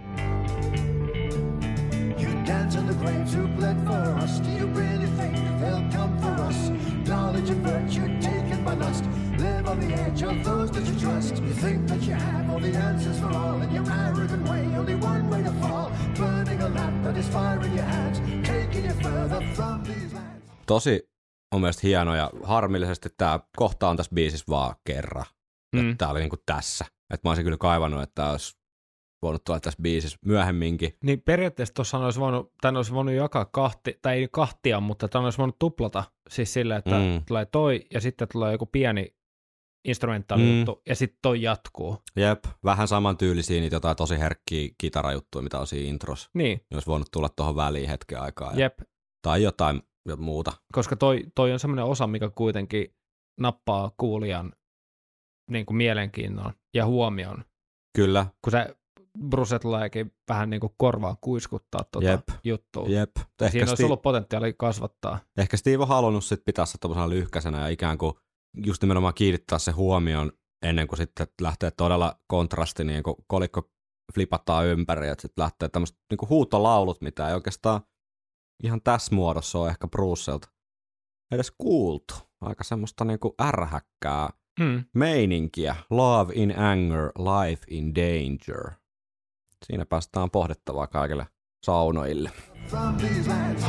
You dance on the graves who bled for us. Do you really think they'll come for us? Knowledge and virtue taken by lust. Live on the edge of those that you trust. You think that you have all the answers for all. In your arrogant way, only one way to fall. Burning a lamp that is fire in your hands. Taking you further from these lands. Tosi on mielestäni hieno ja harmillisesti tämä kohta on tässä biisissä vaan kerran. Mm. Tämä oli niinku tässä. Että mä olisin kyllä kaivannut, että tämä olisi voinut tulla tässä biisissä myöhemminkin. Niin periaatteessa tuossa olisi voinut, tämän olisi voinut jakaa kahti, tai ei kahtia, mutta tämän olisi voinut tuplata. Siis sillä, että mm. tulee toi ja sitten tulee joku pieni instrumentaali mm. juttu ja sitten toi jatkuu. Jep, vähän samantyylisiä niitä jotain tosi herkkiä kitarajuttuja, mitä on siinä intros. Niin. Ne olisi voinut tulla tuohon väliin hetken aikaa. Ja, Jep. Tai jotain muuta. Koska toi, toi on semmoinen osa, mikä kuitenkin nappaa kuulijan niin kuin mielenkiinnon ja huomion. Kyllä. Kun se Bruce tuleekin vähän niin kuin korvaan kuiskuttaa tuota Jep. juttua. Jep. Siinä Sti- olisi ollut potentiaalia kasvattaa. Ehkä Steve on halunnut sit pitää se tommosena lyhkäisenä ja ikään kuin just nimenomaan kiinnittää se huomioon ennen kuin sitten lähtee todella kontrasti, niin kuin kolikko flipataan ympäri, että sitten lähtee tämmöiset niin kuin huutolaulut, mitä ei oikeastaan ihan tässä muodossa ole ehkä Brucelta edes kuultu. Aika semmoista niin kuin ärhäkkää hmm. meininkiä. Love in anger, life in danger. Siinä päästään pohdittavaa kaikille saunoille. From these lands.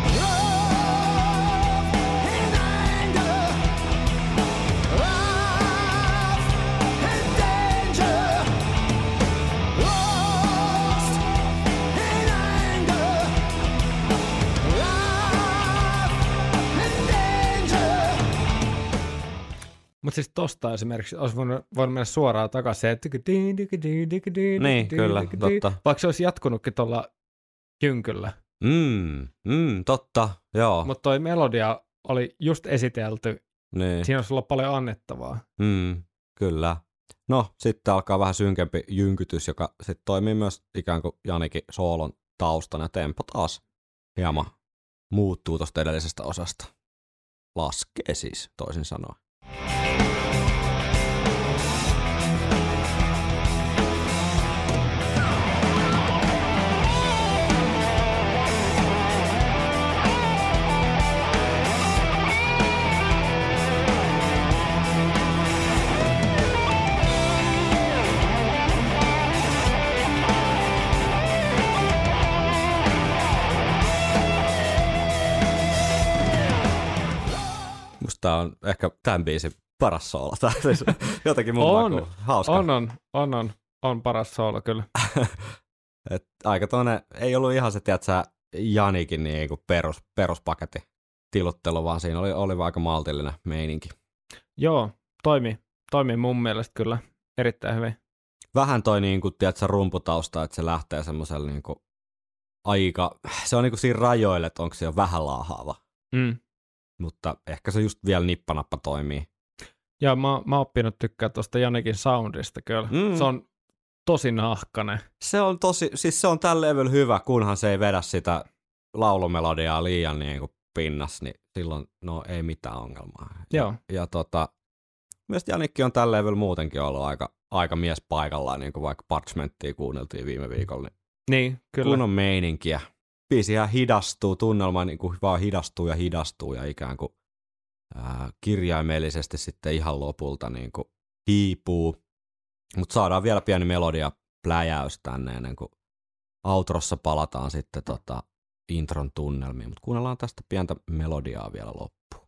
Mutta siis tosta esimerkiksi olisi voinut, voinut mennä suoraan takaisin. Niin, kyllä, totta. Vaikka se olisi jatkunutkin tuolla jynkyllä. Mm, mm, totta, joo. Mutta toi melodia oli just esitelty. Niin. Siinä olisi ollut paljon annettavaa. Mm, kyllä. No, sitten alkaa vähän synkempi jynkytys, joka sitten toimii myös ikään kuin Janikin soolon taustana. Tempo taas hieman muuttuu tuosta edellisestä osasta. Laskee siis, toisin sanoen. tää on ehkä tämän biisin paras soolo. Tää siis jotenkin mun on, makuun. Hauska. On, on, on, on, on paras soolo kyllä. Et aika tuonne, ei ollut ihan se, tiedätkö, Janikin niin kuin perus, peruspaketti tiluttelu, vaan siinä oli, oli aika maltillinen meininki. Joo, toimi, toimi mun mielestä kyllä erittäin hyvin. Vähän toi niin kuin, tiedätkö, rumputausta, että se lähtee semmoiselle niin kuin aika, se on niin kuin siinä rajoille, että onko se jo vähän laahaava. Mm. Mutta ehkä se just vielä nippanappa toimii. Ja mä, mä oon oppinut tykkää tuosta Janikin soundista kyllä. Mm. Se on tosi nahkainen. Se on tosi, siis se on tällä level hyvä, kunhan se ei vedä sitä laulumelodiaa liian niin kuin pinnas, niin silloin no ei mitään ongelmaa. Joo. Ja, ja tota, mielestäni Janikki on tällä level muutenkin ollut aika, aika mies paikallaan, niin kuin vaikka Parchmenttia kuunneltiin viime viikolla. Niin, niin kyllä. Kun on meininkiä. Biisihän hidastuu, tunnelma niin kuin vaan hidastuu ja hidastuu ja ikään kuin ää, kirjaimellisesti sitten ihan lopulta niin kuin hiipuu. Mutta saadaan vielä pieni melodia pläjäys tänne ennen kuin outrossa palataan sitten tota intron tunnelmiin. Mutta kuunnellaan tästä pientä melodiaa vielä loppuun.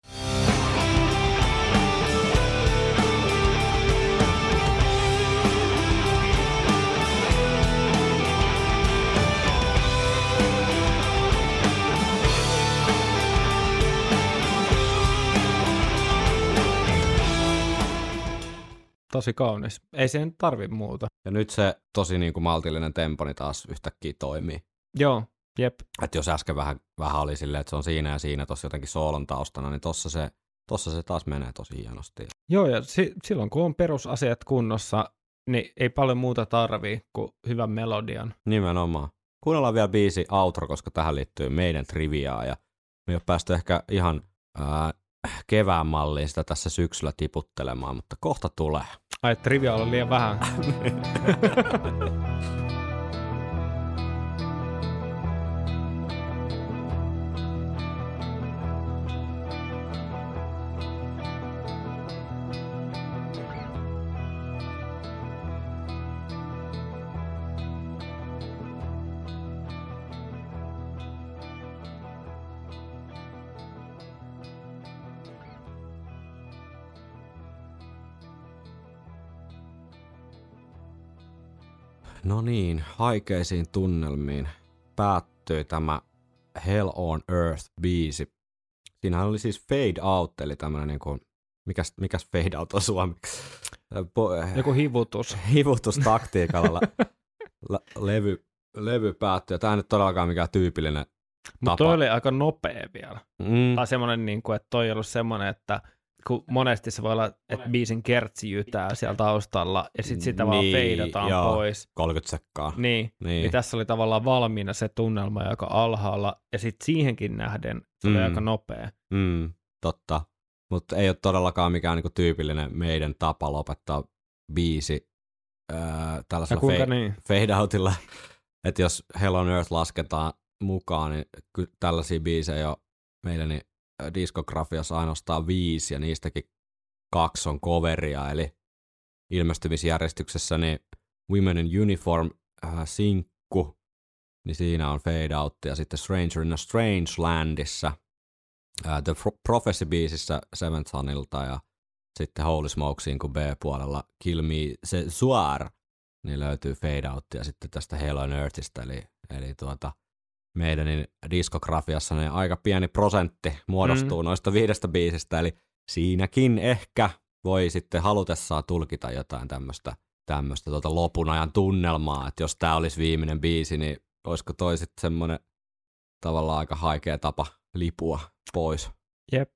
Tosi kaunis. Ei sen tarvi muuta. Ja nyt se tosi niin kuin maltillinen temponi taas yhtäkkiä toimii. Joo, jep. Että jos äsken vähän, vähän oli silleen, että se on siinä ja siinä tossa jotenkin soolon taustana, niin tossa se, tossa se taas menee tosi hienosti. Joo, ja si- silloin kun on perusasiat kunnossa, niin ei paljon muuta tarvii kuin hyvän melodian. Nimenomaan. Kuunnellaan vielä biisi outro, koska tähän liittyy meidän triviaa ja me ei ole päästy ehkä ihan ää, kevään malliin sitä tässä syksyllä tiputtelemaan, mutta kohta tulee. Ai, trivia on liian vähän. No niin, haikeisiin tunnelmiin päättyi tämä Hell on Earth-biisi. Siinähän oli siis Fade Out, eli tämmöinen niin kuin, mikäs, mikäs Fade Out on suomeksi? Joku hivutus. Hivutustaktiikalla le- levy, levy päättyi. Tämä ei nyt todellakaan mikään tyypillinen tapa. Mutta toi oli aika nopea vielä. Mm. Tai semmoinen, niin kuin, että toi ei ollut semmoinen, että kun monesti se voi olla, että biisin kertsi jytää siellä taustalla, ja sitten sitä vaan niin, feidataan joo, pois. kolmekymmentä sekkaa. Niin, niin. niin tässä oli tavallaan valmiina se tunnelma aika alhaalla, ja sitten siihenkin nähden se oli mm. aika nopea. Mm, totta, mutta ei ole todellakaan mikään niinku tyypillinen meidän tapa lopettaa biisi ää, tällaisella fe- niin? fade-outilla. Että jos Hell on Earth lasketaan mukaan, niin ky- tällaisia biisejä jo meidän niin diskografiassa ainoastaan viisi, ja niistäkin kaksi on coveria, eli ilmestymisjärjestyksessä niin Women in Uniform äh, sinkku, niin siinä on Fade Out, ja sitten Stranger in a Strange Landissa, äh, The Prophecy-biisissä Seventh Sonilta, ja sitten Holy Smokesin kuin B-puolella Kill Me Se Soir, niin löytyy Fade Out, ja sitten tästä Hell on Earthistä, eli, eli tuota meidän diskografiassa niin aika pieni prosentti muodostuu mm. noista viidestä biisistä, eli siinäkin ehkä voi sitten halutessaan tulkita jotain tämmöistä tämmöistä tuota lopun ajan tunnelmaa, että jos tämä olisi viimeinen biisi, niin olisiko toi sitten semmoinen tavallaan aika haikea tapa lipua pois. Jep.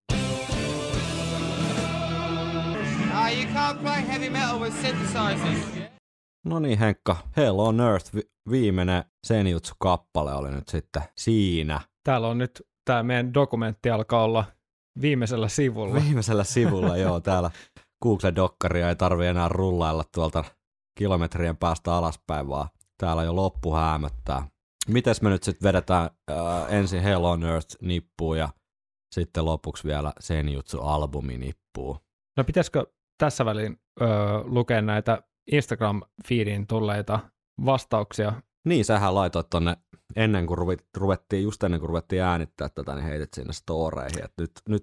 Ah, you can't play heavy metal with synthesizers. No niin, Henkka, Hell on Earth, vi- viimeinen Senjutsu-kappale oli nyt sitten siinä. Täällä on nyt, tämä meidän dokumentti alkaa olla viimeisellä sivulla. Viimeisellä sivulla, joo, täällä Google-dokkaria ei tarvitse enää rullailla tuolta kilometrien päästä alaspäin, vaan täällä jo loppu häämöttää. Mites me nyt sitten vedetään äh, ensin Hell on Earth -nippuun ja sitten lopuksi vielä Senjutsu-albumi nippuun? No pitäisikö tässä väliin öö, lukea näitä Instagram-feediin tulleita vastauksia? Niin, sähän laitoit tonne ennen kuin ruvettiin, just ennen kuin ruvettiin äänittää tätä, niin heitit sinne storeihin, että nyt, nyt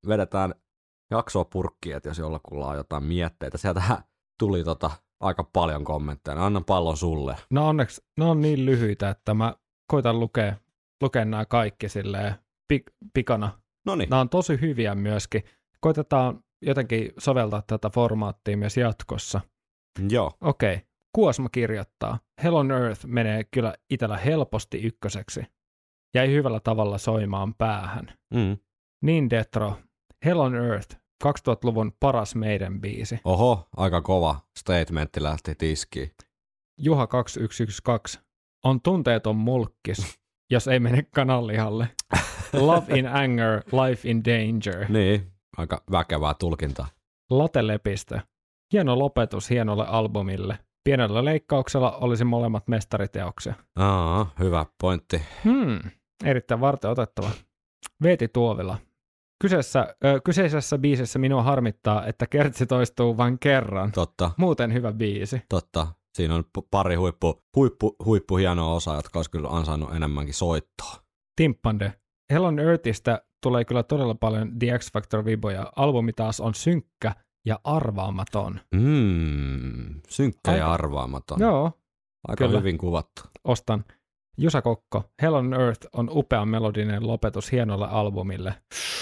vedetään jaksoa purkkiin, että jos jollakulla on jotain mietteitä. Sieltä tuli tota aika paljon kommentteja. Annan pallon sulle. No onneksi ne on niin lyhyitä, että mä koitan lukea, lukea nämä kaikki silleen pik- pikana. Noniin. Nämä on tosi hyviä myöskin. Koitetaan jotenkin soveltaa tätä formaattia myös jatkossa. Joo. Okei. Okay. Kuosma kirjoittaa. Hell on Earth menee kyllä itsellä helposti ykköseksi. Jäi hyvällä tavalla soimaan päähän. Mm. Niin Detro. Hell on Earth. kaksituhattaluvun paras meidän biisi. Oho, aika kova statementti lähti tiskiin. Juha kaksituhattayksisataakaksi. On tunteeton mulkkis, jos ei mene kananlihalle. Love in anger, life in danger. Niin, aika väkevää tulkintaa. Late Lepistö. Hieno lopetus hienolle albumille. Pienellä leikkauksella olisi molemmat mestariteoksia. Aa, hyvä pointti. Hmm, erittäin varten otettava. Veeti Tuovila. Kyseessä, ö, kyseisessä biisissä minua harmittaa, että kertsi toistuu vain kerran. Totta. Muuten hyvä biisi. Totta. Siinä on pari huippu, huippu, huippu hienoa osaa, jotka olisi kyllä ansainnut enemmänkin soittoa. Timpande. Hell on Earthistä tulee kyllä todella paljon The X Factor-viboja. Albumi taas on synkkä ja arvaamaton. Mm, synkkä Aika. ja arvaamaton. Joo, Aika kyllä. hyvin kuvattu. ostan. Jusa Kokko. Hell on Earth on upea melodinen lopetus hienolle albumille.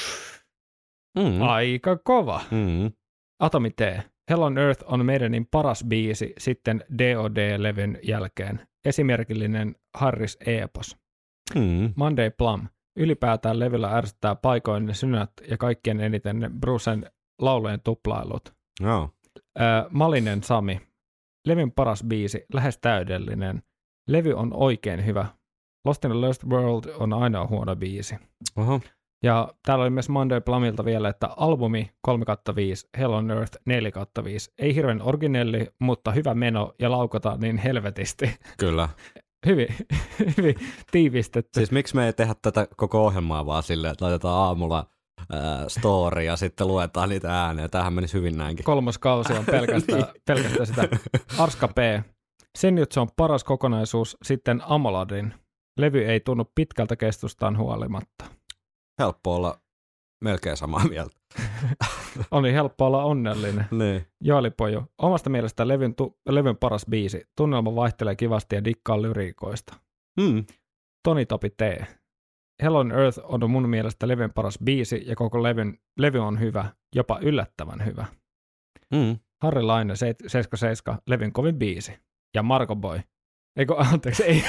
Mm. Aika kova. Mm. Atomi T. Hell on Earth on meidänin paras biisi sitten D O D-levyn jälkeen. Esimerkillinen Harris Epos. Mm. Monday Plum. Ylipäätään levyllä ärsyttää paikoin ne synät ja kaikkien eniten ne Brucen laulujen tuplailut. Joo. Öö, Malinen Sami. Levyn paras biisi, lähes täydellinen. Levy on oikein hyvä. Lost in the Lost World on ainoa huono biisi. Oho. Ja täällä oli myös Monday Plumilta vielä, että albumi kolme kautta viisi, Hell on Earth neljä kautta viisi. Ei hirveän originelli, mutta hyvä meno ja laukota niin helvetisti. Kyllä. hyvin, hyvin tiivistetty. Siis miksi me ei tehdä tätä koko ohjelmaa vaan silleen, että laitetaan aamulla ää, story ja sitten luetaan niitä ääneen. Tämähän menisi hyvin näinkin. Kolmas kausi on pelkästään, Niin. pelkästään sitä. Arska P. Senjutsu on paras kokonaisuus sitten Amoladin. Levy ei tunnu pitkältä kestustaan huolimatta. Helppo olla melkein samaa mieltä. Oli helppo olla onnellinen. Niin. Joeli Poju. Omasta mielestä levyn, tu- levyn paras biisi. Tunnelma vaihtelee kivasti ja dikkaa lyriikoista. Mm. Toni Topi T. Hell on Earth on mun mielestä levyn paras biisi ja koko levyn, levy on hyvä, jopa yllättävän hyvä. Mm. Harri Laine, seitsemänkymmentäseitsemän, levyn kovin biisi. Ja Marko Boy. Eikö, anteeksi, ei.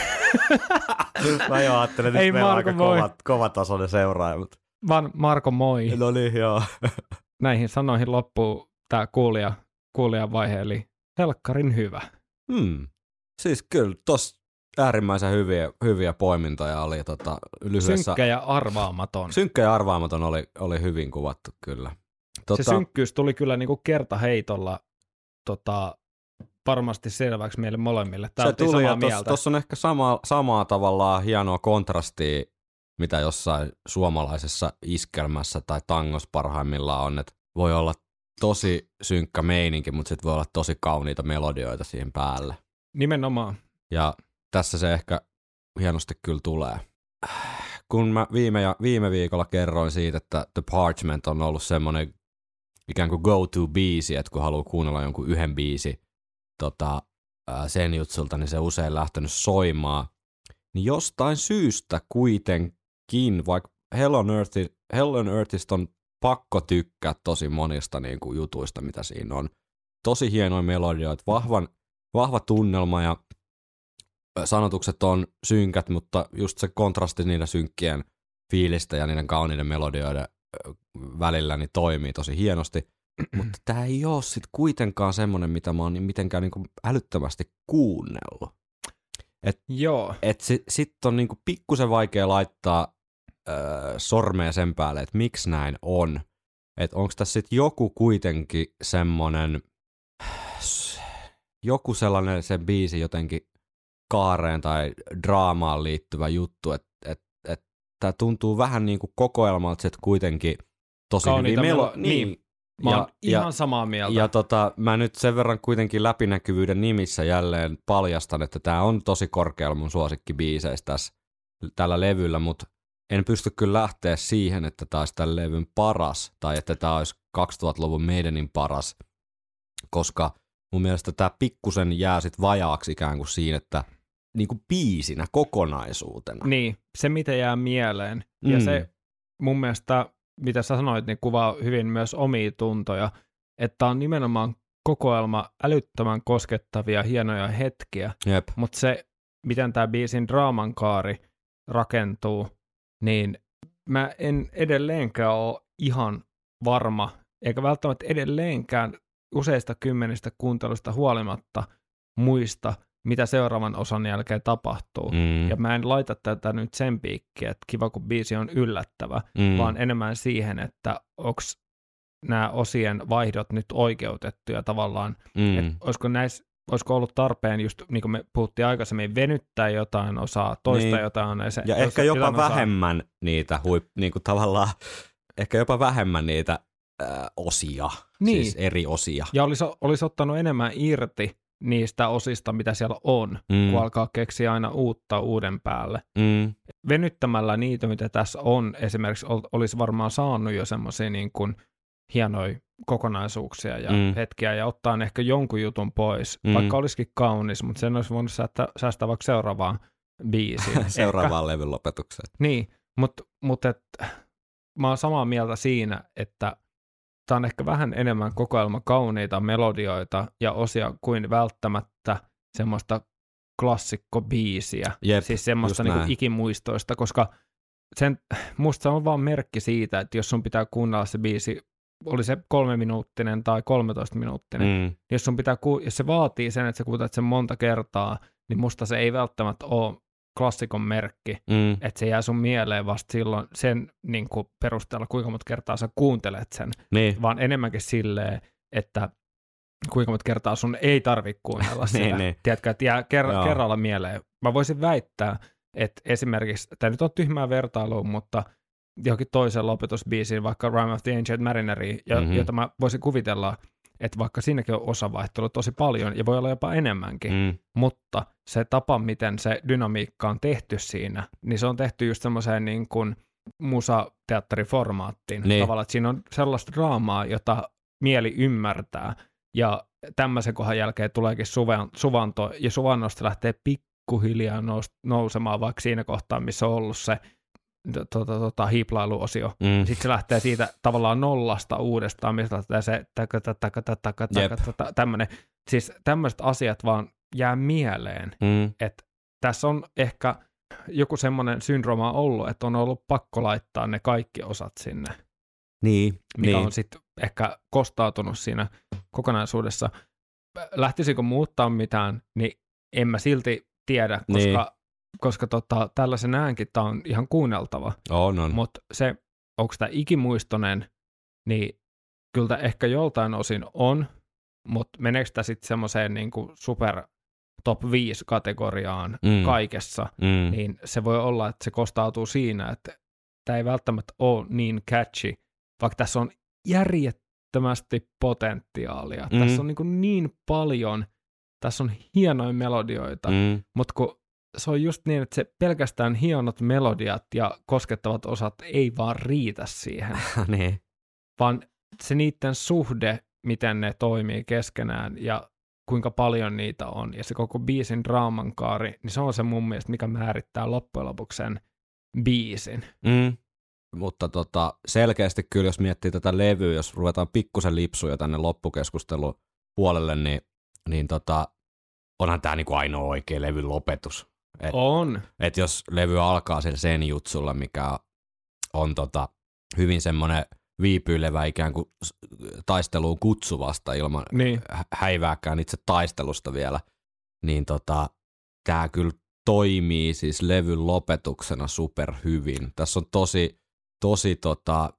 Mä jo ajattelin, että Ei nyt meillä on Marko aika Moi. kova, kovatasoinen seuraaja. Mutta... Vaan Marko Moi. No niin, joo. Näihin sanoihin loppuu tämä kuulija, kuulijan vaihe, eli helkkarin hyvä. Hmm. Siis kyllä, tossa äärimmäisen hyviä, hyviä poimintoja oli tota, lyhyessä... Synkkä ja arvaamaton. Synkkä ja arvaamaton oli, oli hyvin kuvattu, kyllä. Tota... Se synkkyys tuli kyllä niinku kertaheitolla tota, varmasti selväksi meille molemmille. Tää se tuli, ja mieltä. tuossa on ehkä sama, samaa tavallaan hienoa kontrastia, mitä jossain suomalaisessa iskelmässä tai tangos parhaimmillaan on, että voi olla tosi synkkä meininki, mutta sitten voi olla tosi kauniita melodioita siihen päälle. Nimenomaan. Ja tässä se ehkä hienosti kyllä tulee. Kun mä viime, ja, viime viikolla kerroin siitä, että The Parchment on ollut semmoinen ikään kuin go-to-biisi, että kun haluaa kuunnella jonkun yhden biisi tota, sen jutsulta, niin se usein lähtenyt soimaan. Niin jostain syystä kuitenkin, vaikka Hell on, Earth, Hell on Earthista on pakko tykkää tosi monista niin kuin jutuista, mitä siinä on. Tosi hienoja melodioita, vahvan, vahva tunnelma ja sanotukset on synkät, mutta just se kontrasti niiden synkkien fiilistä ja niiden kauniiden melodioiden välillä niin toimii tosi hienosti. Mutta tämä ei ole sitten kuitenkaan semmoinen, mitä mä oon niin mitenkään niinku älyttömästi kuunnellut. Et, Joo. et si, sitten on niinku pikkusen vaikea laittaa ö, sormea sen päälle, että miksi näin on. Että onko tässä sitten joku kuitenkin semmoinen, joku sellainen se biisi jotenkin kaareen tai draamaan liittyvä juttu, että et, et, tämä tuntuu vähän niin kuin kokoelmalta, että kuitenkin tosi Kauniita hyvin melo... melo- niin. Mä ja, oon ihan ja, samaa mieltä. ja tota, mä nyt sen verran kuitenkin läpinäkyvyyden nimissä jälleen paljastan, että tämä on tosi korkealla mun suosikkibiiseistä tässä, tällä levyllä, mutta en pysty kyllä lähteä siihen, että tämä olisi tämän levyn paras, tai että tämä olisi kaksituhattaluvun Maidenin paras, koska mun mielestä tämä pikkusen jää sit vajaaksi ikään kuin siinä, että niin kuin biisinä, kokonaisuutena. Niin, se mitä jää mieleen. Ja Mm. se mun mielestä, mitä sä sanoit, niin kuvaa hyvin myös omia tuntoja, että on nimenomaan kokoelma älyttömän koskettavia, hienoja hetkiä, Jep. mutta se, miten tämä biisin draaman kaari rakentuu, niin mä en edelleenkään ole ihan varma, eikä välttämättä edelleenkään useista kymmenistä kuuntelusta huolimatta muista, mitä seuraavan osan jälkeen tapahtuu. Mm. Ja mä en laita tätä nyt sen piikkiä, että kiva kun biisi on yllättävä, Mm. vaan enemmän siihen, että onko nämä osien vaihdot nyt oikeutettuja tavallaan, Mm. että olisiko näissä olisiko ollut tarpeen, just niin kuin me puhuttiin aikaisemmin, venyttää jotain osaa, toista Niin. jotain. Ja, se, ja ehkä jopa vähemmän niitä huip, niin kuin tavallaan, ehkä jopa vähemmän niitä äh, osia, Niin. siis eri osia. Ja olisi, olisi ottanut enemmän irti niistä osista, mitä siellä on, Mm. kun alkaa keksiä aina uutta uuden päälle. Mm. Venyttämällä niitä, mitä tässä on, esimerkiksi ol, olisi varmaan saanut jo semmoisia niin kuin hienoja kokonaisuuksia ja Mm. hetkiä ja ottaa ehkä jonkun jutun pois, Mm. vaikka olisikin kaunis, mutta sen olisi voinut säästää, säästää vaikka seuraavaan biisiin. Seuraavaan levyn lopetukseen. Niin, mutta mut et, mä oon samaa mieltä siinä, että tämä on ehkä vähän enemmän kokoelma kauniita melodioita ja osia kuin välttämättä semmoista klassikkobiisiä, Jep, siis semmoista just niinku näin. ikimuistoista, koska sen, musta se on vaan merkki siitä, että jos sun pitää kuunnella se biisi, oli se kolmeminuuttinen tai kolmetoista minuuttinen, Mm. niin jos, sun pitää, ku- jos se vaatii sen, että sä kuuntelet sen monta kertaa, niin musta se ei välttämättä ole klassikon merkki, Mm. että se jää sun mieleen vasta silloin sen niin kuin perusteella, kuinka monta kertaa sä kuuntelet sen, Niin. vaan enemmänkin silleen, että kuinka monta kertaa sun ei tarvitse kuunnella sitä. Niin, niin. Tiedätkö, että jää ker- Joo. kerralla mieleen. Mä voisin väittää, että esimerkiksi, tämä nyt on tyhmää vertailua, mutta johonkin toiseen lopetusbiisiin, vaikka Rime of the Ancient Marineriin, jo- Mhm. jota mä voisin kuvitella, että vaikka siinäkin on osavaihtelu tosi paljon, ja voi olla jopa enemmänkin, Mm. mutta se tapa, miten se dynamiikka on tehty siinä, niin se on tehty just semmoiseen niin kuin musateatteriformaattiin. Niin. Tavallaan, että siinä on sellaista draamaa, jota mieli ymmärtää, ja tämmöisen kohan jälkeen tuleekin suvan, suvanto, ja suvannosta lähtee pikkuhiljaa nous, nousemaan vaikka siinä kohtaa, missä on ollut se tota, tota, hiiplailuosio. Mm. Sitten se lähtee siitä tavallaan nollasta uudestaan, mistä lähtee se taka, taka, taka, taka, Jep. taka, taka, tämmöinen. Siis tämmöiset asiat vaan jää mieleen. Mm. Että tässä on ehkä joku semmoinen syndrooma ollut, että on ollut pakko laittaa ne kaikki osat sinne, Niin. mikä niin. on sitten ehkä kostautunut siinä kokonaisuudessa. Lähtisikö muuttaa mitään, niin en mä silti tiedä, koska, Niin. koska tota, tällaisen äänkin tämä on ihan kuunneltava. On, on. Mutta se, onko tämä ikimuistoinen, niin kyllä tämä ehkä joltain osin on, mutta meneekö tämä sitten semmoiseen niinku super top viisi kategoriaan Mm. kaikessa, Mm. niin se voi olla, että se kostautuu siinä, että tämä ei välttämättä ole niin catchy, vaikka tässä on järjettömästi potentiaalia. Mm. Tässä on niin, kuin niin paljon, tässä on hienoja melodioita, Mm. mutta kun se on just niin, että se pelkästään hienot melodiat ja koskettavat osat ei vaan riitä siihen, niin. vaan se niiden suhde, miten ne toimii keskenään ja kuinka paljon niitä on, ja se koko biisin draaman kaari, niin se on se mun mielestä, mikä määrittää loppujen lopuksi sen biisin. Mm. Mutta tota, selkeästi kyllä, jos miettii tätä levyä, jos ruvetaan pikkusen lipsuja tänne loppukeskustelun puolelle, niin, niin tota, onhan tämä niinku ainoa oikea levyn lopetus. Et, On. et jos levy alkaa sillä sen jutsulla, mikä on tota, hyvin semmoinen viipyilevä ikään kuin s- taisteluun kutsuvasta ilman Niin. hä- häivääkään itse taistelusta vielä, niin tota, tämä kyllä toimii siis levyn lopetuksena super hyvin. Tässä on tosi, tosi tota,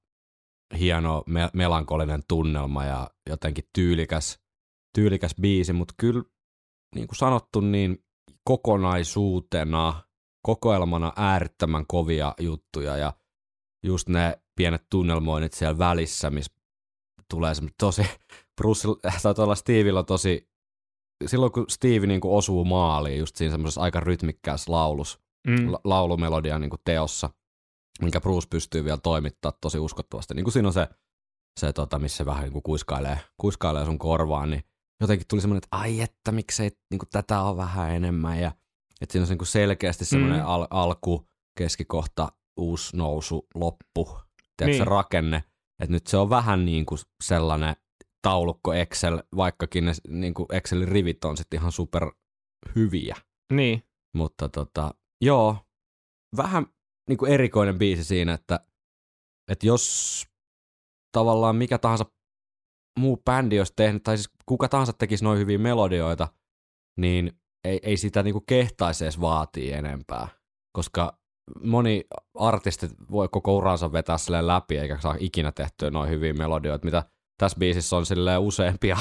hieno me- melankolinen tunnelma ja jotenkin tyylikäs, tyylikäs biisi, mutta kyllä niin kuin sanottu, niin kokonaisuutena, kokoelmana äärettömän kovia juttuja ja just ne pienet tunnelmoinnit siellä välissä, missä tulee semmoinen tosi, Bruce, tai tuolla Stevillä on tosi, silloin kun Steve niin kuin osuu maaliin just siinä semmoisessa aika rytmikkäässä laulus, Mm. la- laulumelodian niin kuin teossa, minkä Bruce pystyy vielä toimittamaan tosi uskottavasti. Niin kuin siinä on se, se tota, missä se vähän niin kuin kuiskailee, kuiskailee sun korvaan, niin jotenkin tuli semmoinen, että ai että miksei niin kuin tätä on vähän enemmän. Ja että siinä on niin kuin selkeästi semmoinen mm. al- alku, keskikohta, uusi nousu, loppu, tiedätkö niin. se rakenne. Että nyt se on vähän niin kuin sellainen taulukko Excel, vaikkakin ne niin kuin Excelin rivit on sitten ihan super hyviä. Niin. Mutta tota, joo, vähän niin kuin erikoinen biisi siinä, että, että jos tavallaan mikä tahansa muu bändi olisi tehnyt, tai siis kuka tahansa tekisi noin hyviä melodioita, niin ei, ei sitä niin kuin kehtaisi edes vaatii enempää, koska moni artisti voi koko uransa vetää silleen läpi, eikä saa ikinä tehtyä noin hyviä melodioita, mitä tässä biisissä on silleen useampia.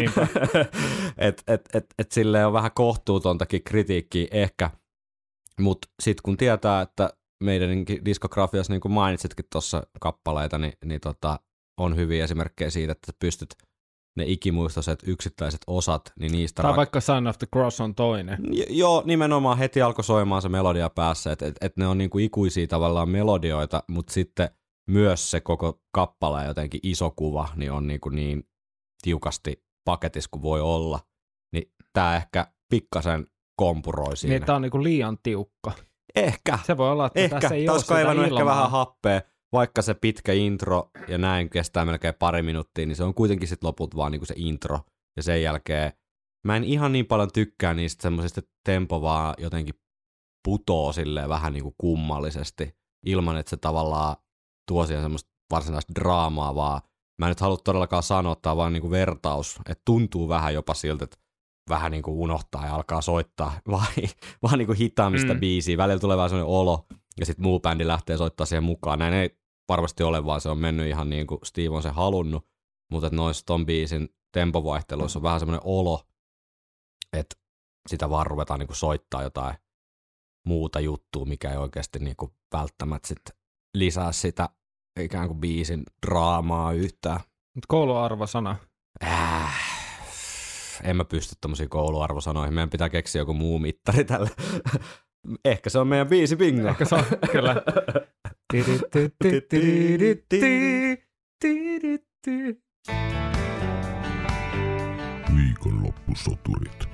että et, et, et silleen on vähän kohtuutontakin kritiikkiä ehkä, mutta sitten kun tietää, että meidän diskografiassa, niin kuin mainitsitkin tuossa kappaleita, niin, niin tota, on hyviä esimerkkejä siitä, että pystyt ne ikimuistoiset yksittäiset osat, niin niistä... Tai rak- vaikka Sign of the Cross on toinen. J- joo, nimenomaan heti alkoi soimaan se melodia päässä, että et, et ne on niinku ikuisia tavallaan melodioita, mutta sitten myös se koko kappaleen jotenkin iso kuva niin on niinku niin tiukasti paketissa kuin voi olla. Niin tää ehkä pikkasen kompuroi siinä. Niin tää on niinku liian tiukka. Ehkä. Se voi olla, että ehkä. tässä ei Tää ole olisi sitä kaivannut ilmaa. ehkä vähän happea, vaikka se pitkä intro ja näin kestää melkein pari minuuttia, niin se on kuitenkin sit loput vaan niinku se intro. Ja sen jälkeen mä en ihan niin paljon tykkää niistä semmosista, että tempo vaan jotenkin putoo silleen vähän niinku kummallisesti, ilman että se tavallaan tuo siihen semmoista varsinaista draamaa, vaan mä en nyt halua todellakaan sanoa, että tämä on vaan niinku vertaus, että tuntuu vähän jopa siltä, että vähän niinku unohtaa ja alkaa soittaa vaan, vaan niinku hitaamista mm. biisiä. Välillä tulee vähän sellainen olo, ja sitten muu bändi lähtee soittaa siihen mukaan. Näin ei varmasti ole, vaan se on mennyt ihan niin kuin Steve on se halunnut, mutta noissa ton biisin tempovaihteluissa on vähän semmoinen olo, että sitä vaan ruvetaan niinku soittaa jotain muuta juttua, mikä ei oikeasti niinku välttämättä sit lisää sitä ikään kuin biisin draamaa yhtään. Mut kouluarvosana? Äh, en mä pysty tommosia kouluarvosanoihin. Meidän pitää keksiä joku muu mittari tälle. Ehkä se on meidän biisi bingo. Ehkä se on, kyllä. Viikonloppusoturit.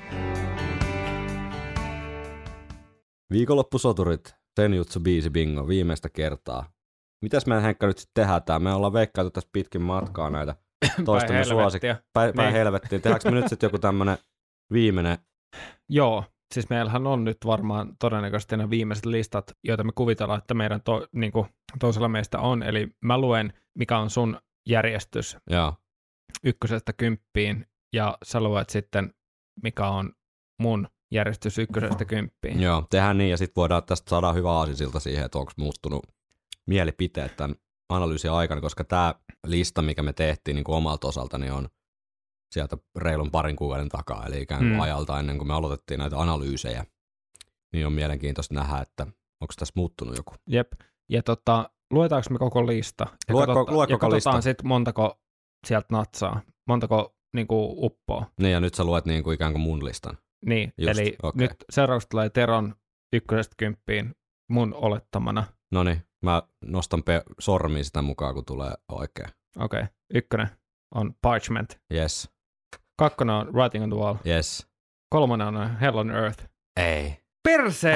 Viikonloppusoturit, Senjutsu biisi bingo, viimeistä kertaa. Mitäs meidän Henkka nyt sitten tehdään tää? Me ollaan veikkailtu tässä pitkin matkaa näitä toistemme suosikkeja. Päin, päin helvettiin. Tehdäänkö me nyt sitten joku tämmönen viimeinen? Joo, siis meillähän on nyt varmaan todennäköisesti ne viimeiset listat, joita me kuvitellaan, että meidän to, niin kuin toisella meistä on. Eli mä luen, mikä on sun järjestys Joo. ykkösestä kymppiin, ja sä luet sitten, mikä on mun järjestys ykkösestä kymppiin. Joo, tehdään niin, ja sitten voidaan tästä saada hyvä aasinsilta siihen, että onko muuttunut mielipiteet tämän analyysin aikana, koska tämä lista, mikä me tehtiin niin kuin omalta osalta, niin on sieltä reilun parin kuukauden takaa, eli ikään kuin mm. ajalta ennen kuin me aloitettiin näitä analyysejä. Niin on mielenkiintoista nähdä, että onko tässä muuttunut joku. Jep, ja tota, luetaanko me koko lista? Ja, Lue, katsota, lue ja koko katsotaan sitten montako sieltä natsaa, montako niinku uppoo. Niin, ja nyt sä luet niin kuin ikään kuin mun listan. Niin, Just, eli okay. nyt seuraavaksi tulee Teron ykkösestä kymppiin mun olettamana. No niin, mä nostan pe- sormiin sitä mukaan, kun tulee oikein. Okei, okay. Ykkönen on Parchment. Yes. Kakkonen on Writing on the Wall. Yes. Kolmonen on Hell on Earth. Ei. Perse!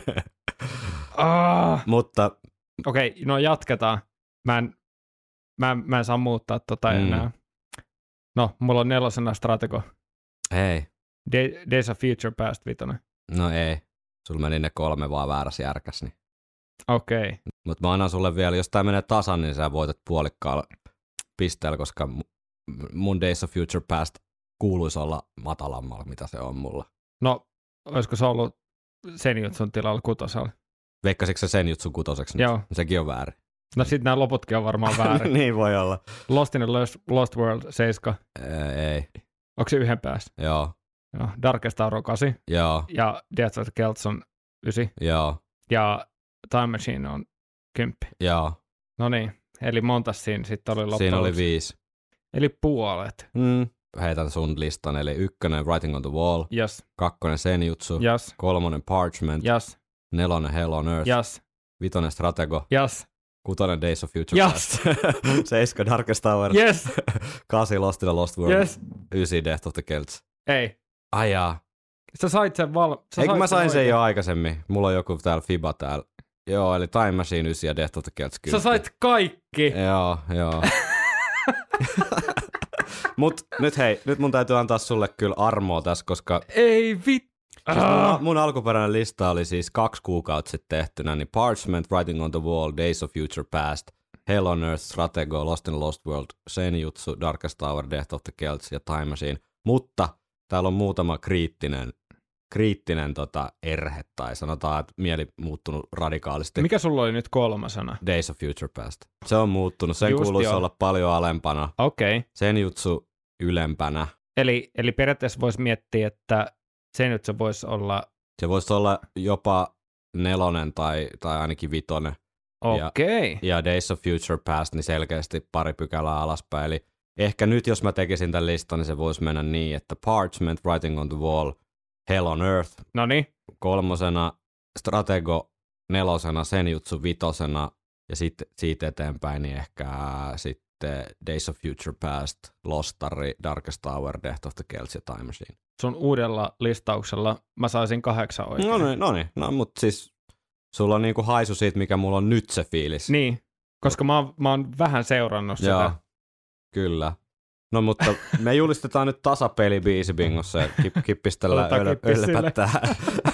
ah. Mutta... Okei, okay, no jatketaan. Mä en, mä, en, mä en saa muuttaa tota mm. enää. No, mulla on nelosena Stratego. Ei. Day, Days of Future Past vitonen. No ei. Sulla meni ne kolme vaan väärässä järkäs. Niin. Okei. Okay. Mutta mä annan sulle vielä, jos tää menee tasan, niin sä voitat puolikkaalla pisteellä, koska mun Days of Future Past kuuluisi olla matalammalla, mitä se on mulla. No, olisiko se ollut Senjutsun tilalla kutosella? Veikkasitko sä Senjutsun kutoseksi nyt? Joo. Sekin on väärin. No sit nämä loputkin on varmaan väärin. Niin voi olla. Lost in the Lost World seitsemän. Ää, ei. Onko se yhden päässä? Joo. Joo. Darkest Hour on kahdeksan. Joo. Ja Death of the Celts on yhdeksän. Joo. Ja Time Machine on kymmenen. Joo. No niin, eli monta siinä sitten oli loppujen. Siinä oli viisi. Eli puolet. Mm. Heitän sun listan, eli ykkönen Writing on the Wall, yes. kakkonen Senjutsu, yes. kolmonen Parchment, yes. nelonen Hell on Earth, yes. vitonen Stratego, Yes. kutonen Days of Future Yes. Past, seitsemän Darkest Hour, Yes. kahdeksan Lost in the Lost World, Yes. yhdeksän Death of the Celts. Ei. Ai jaa. Sä sait sen val... Sä Eikö sait mä sain sen oikein. jo aikaisemmin? Mulla on joku täällä Fiba täällä. Joo, eli Time Machine yhdeksän ja Death of the Celts kymmenen. Sä sait kaikki. Joo, joo. Mut nyt hei, nyt mun täytyy antaa sulle kyllä armoa tässä, koska Ei vit... siis mun, mun alkuperäinen lista oli siis kaksi kuukautta sitten tehtynä, niin Parchment, Writing on the Wall, Days of Future Past, Hell on Earth, Stratego, Lost in Lost World, Senjutsu, Darkest Hour, Death of the Celts ja Time Machine. Mutta täällä on muutama kriittinen, kriittinen tota erhe, tai sanotaan, että mieli muuttunut radikaalisti. Mikä sulla oli nyt kolmasena? Days of Future Past. Se on muuttunut, sen Just kuuluisi joo. olla paljon alempana. Okei. Okay. Senjutsu ylempänä. Eli, eli periaatteessa voisi miettiä, että se nyt se voisi olla... Se voisi olla jopa nelonen tai, tai ainakin vitonen. Okei. Okay. Ja, ja Days of Future Past, niin selkeästi pari pykälää alaspäin. Eli ehkä nyt, jos mä tekisin tämän listan, niin se voisi mennä niin, että Parchment, Writing on the Wall, Hell on Earth, Noniin. kolmosena, Stratego nelosena, Senjutsu vitosena, ja sitten siitä eteenpäin niin ehkä sitten Days of Future Past, Lostari, Darkest Hour, Death of the Celts ja Time Machine. Sun uudella listauksella mä saisin kahdeksan oikein. No niin, no niin. No, mutta siis sulla on niinku haisu siitä, mikä mulla on nyt se fiilis. Niin, koska mä oon, mä oon vähän seurannut sitä. Joo, kyllä. No mutta me julistetaan nyt tasapeli biisibingossa ja kip, kippistellään Otetaan öl, kippis ölpättää.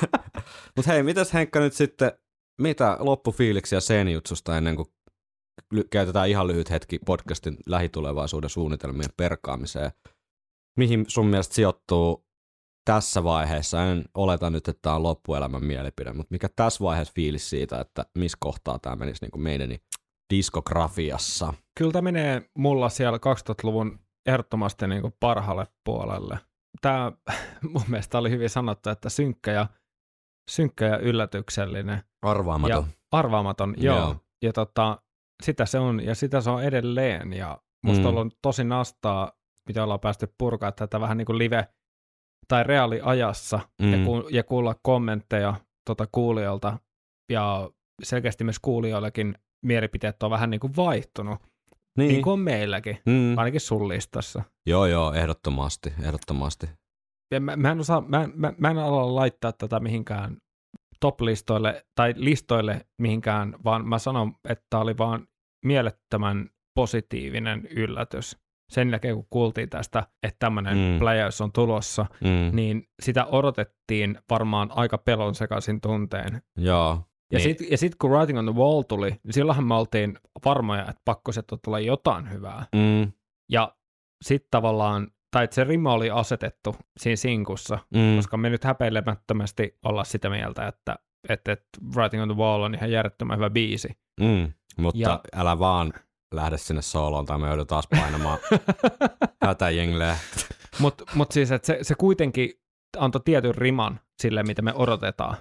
Mutta hei, mitäs Henkka nyt sitten, mitä loppufiiliksiä Senjutsusta ennen kuin ly- käytetään ihan lyhyt hetki podcastin lähitulevaisuuden suunnitelmien perkaamiseen. Mihin sun mielestä sijoittuu tässä vaiheessa? En oleta nyt, että tämä on loppuelämän mielipide, mutta mikä tässä vaiheessa fiilis siitä, että missä kohtaa tämä menisi niin kuin meidän diskografiassa? Kyllä tämä menee mulla siellä kaksituhattaluvun ehdottomasti niin kuin parhaalle puolelle. Tämä mun mielestä oli hyvin sanottu, että synkkä ja, synkkä ja yllätyksellinen. Arvaamaton. Ja arvaamaton, joo. Joo. Ja tota, sitä se on, ja sitä se on edelleen. Ja musta Mm. on ollut tosi nastaa, mitä ollaan päästy purkaa tätä vähän niin kuin live- tai reaaliajassa, Mm. ja, ku, ja kuulla kommentteja tota kuulijoilta. Ja selkeästi myös kuulijoillekin mielipiteet on vähän niin kuin vaihtunut. Niin, niin kuin on meilläkin, Mm. ainakin sun listassa. Joo, joo, ehdottomasti, ehdottomasti. Ja mä, mä, en osaa, mä, mä, mä en ala laittaa tätä mihinkään top-listoille tai listoille mihinkään, vaan mä sanon, että tämä oli vaan mielettömän positiivinen yllätys. Sen jälkeen, kun kuultiin tästä, että tämmöinen Mm. pläjäys on tulossa, Mm. niin sitä odotettiin varmaan aika pelon sekaisin tunteen. Joo. Ja niin. sitten ja sit, kun Writing on the Wall tuli, niin silloinhan me oltiin varmoja, että pakko se tulee jotain hyvää. Mm. Ja sitten tavallaan, tai että se rima oli asetettu siinä sinkussa, Mm. koska me nyt häpeilemättömästi olla sitä mieltä, että, että, että Writing on the Wall on ihan järjettömän hyvä biisi. Mm. Mutta Ja- älä vaan lähde sinne sooloon, tai me joudun taas painamaan hätäjengleä. Mutta mut siis, että se, se kuitenkin antoi tietyn riman sille, mitä me odotetaan.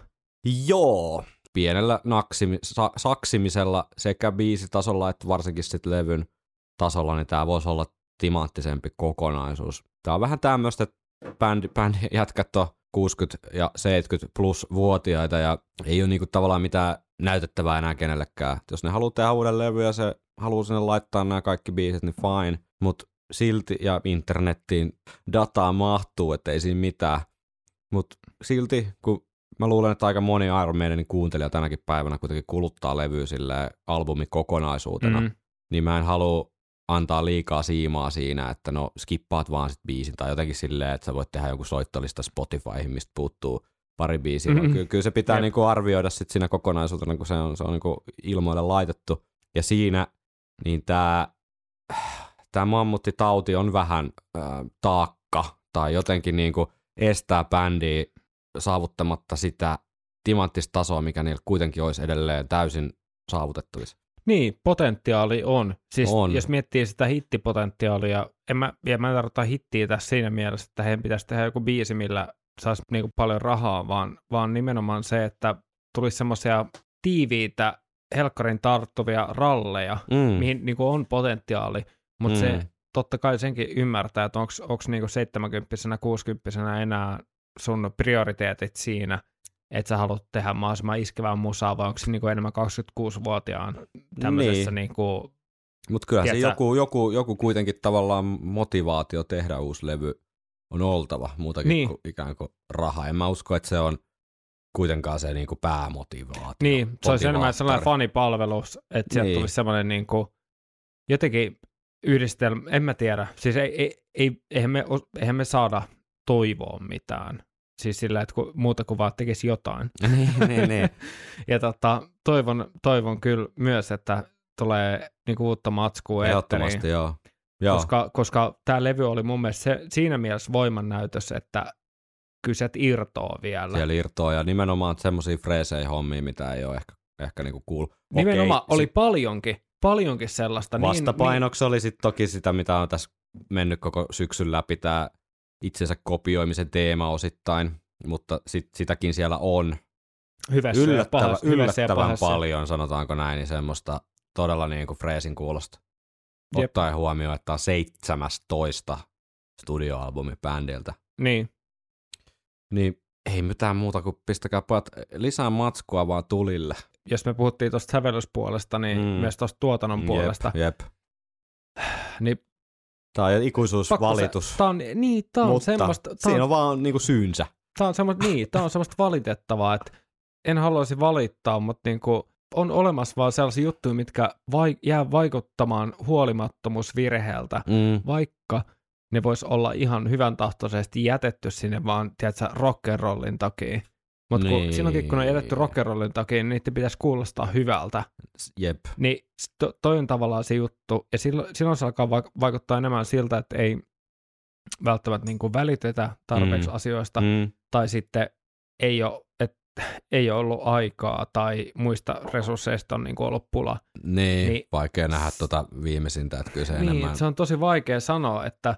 Joo. Pienellä naksimi, sa, saksimisella sekä biisitasolla että varsinkin sit levyn tasolla, niin tämä voisi olla timanttisempi kokonaisuus. Tämä on vähän tämmöistä, että bändi, bändi jätkät on kuusikymmentä ja seitsemänkymmentä plus vuotiaita ja ei ole niinku tavallaan mitään näytettävää enää kenellekään. Jos ne haluaa tehdä uuden levy ja se haluaa sinne laittaa nämä kaikki biisit, niin fine. Mutta silti, ja internettiin dataa mahtuu, ettei siinä mitään. Mutta silti, kun mä luulen, että aika moni Iron Maidenin kuuntelija tänäkin päivänä kuitenkin kuluttaa levyä silleen albumin kokonaisuutena, Mm. niin mä en halua antaa liikaa siimaa siinä, että no skippaat vaan sit biisin tai jotenkin silleen, että sä voit tehdä jonkun soittolista Spotifyhin, mistä puuttuu pari biisiä. Mm-hmm. Kyllä, kyllä se pitää Jep. niinku arvioida sit siinä kokonaisuutena, kun se on, se on niinku ilmoille laitettu. Ja siinä niin tää, tää mammuttitauti on vähän äh, taakka tai jotenkin niinku estää bändiä saavuttamatta sitä timanttista tasoa, mikä niillä kuitenkin olisi edelleen täysin saavutettavissa. Niin, potentiaali on. Siis On. jos miettii sitä hittipotentiaalia, en mä, ja mä en tarkoita hittiä tässä siinä mielessä, että heidän pitäisi tehdä joku biisi, millä saisi niinku paljon rahaa, vaan, vaan nimenomaan se, että tulisi semmoisia tiiviitä, helkkarin tarttuvia ralleja, Mm. mihin niinku on potentiaali, mutta Mm. se totta kai senkin ymmärtää, että onko niinku seitsemänkymppisenä, kuusikymppisenä enää sun prioriteetit siinä, että sä haluat tehdä mahdollisimman iskevää musaa, vai onko se niinku enemmän kaksikymmentäkuusi-vuotiaan tämmöisessä niin. niinku... Mutta kyllä se joku, joku, joku kuitenkin tavallaan motivaatio tehdä uusi levy on oltava, muutakin niin. kuin ikään kuin raha. En mä usko, että se on kuitenkaan se niinku päämotivaatio. Niin, se olisi enemmän sellainen fanipalvelus, että sieltä niin. tulisi semmoinen niinku, jotenkin yhdistelmä, en mä tiedä. Siis ei, ei, ei, eihän, me, eihän me saada toivoa mitään. Siis sillä, että kun, muuta kuin vaan tekisi jotain. niin, niin, niin. Ja tota, toivon, toivon kyllä myös, että tulee niinku uutta matskua ehdottomasti, joo. joo. Koska, koska tämä levy oli mun mielestä se, siinä mielessä voimannäytös, että kyllä se irtoaa vielä. Siellä irtoaa ja nimenomaan semmoisia freesejä hommia, mitä ei ole ehkä, ehkä niinku cool. Nimenomaan Okei, oli sit paljonkin, paljonkin sellaista. vastapainoksi niin, oli sitten toki sitä, mitä on tässä mennyt koko syksyn läpi, tämä itsensä kopioimisen teema osittain, mutta sit, sitäkin siellä on hyvässä yllättävä, ja pahassa, yllättävän ja paljon, sanotaanko näin, niin semmoista todella niin kuin freesin kuulosta. Jep. Ottaen huomioon, että on seitsemästoista studioalbumi bändiltä. Niin. Niin ei mitään muuta kuin pistäkää pojat lisää matskua vaan tulille. Jos me puhuttiin tuosta sävellyspuolesta, niin mm. myös tuosta tuotannon jep, puolesta. Jep. Niin tämä on ikuisuusvalitus. Se, tää on, niin, tää on mutta semmoista. Tää siinä on, on vaan niinku syynsä. Tää on semmoista, niin, tää on semmoista valitettavaa, että en haluaisi valittaa, mutta niinku on olemassa vaan sellaisia juttuja, mitkä vai, jää vaikuttamaan huolimattomuusvirheeltä, mm. vaikka ne vois olla ihan hyvän tahtoisesti jätetty sinne vaan, tiedätkö, rock'n'rollin takia. Mutta niin. silloinkin, kun on jätetty rock'n'rollin takia, niin niiden pitäisi kuulostaa hyvältä. Jep. Niin to, toi on tavallaan se juttu, ja silloin, silloin se alkaa vaikuttaa enemmän siltä, että ei välttämättä niin kuin välitetä tarpeeksi mm. asioista, mm. tai sitten ei ole, et, ei ole ollut aikaa, tai muista resursseista on niin kuin ollut pula. Niin, niin vaikea nähdä tuota viimeisintä, että kyllä se niin, enemmän. Se on tosi vaikea sanoa, että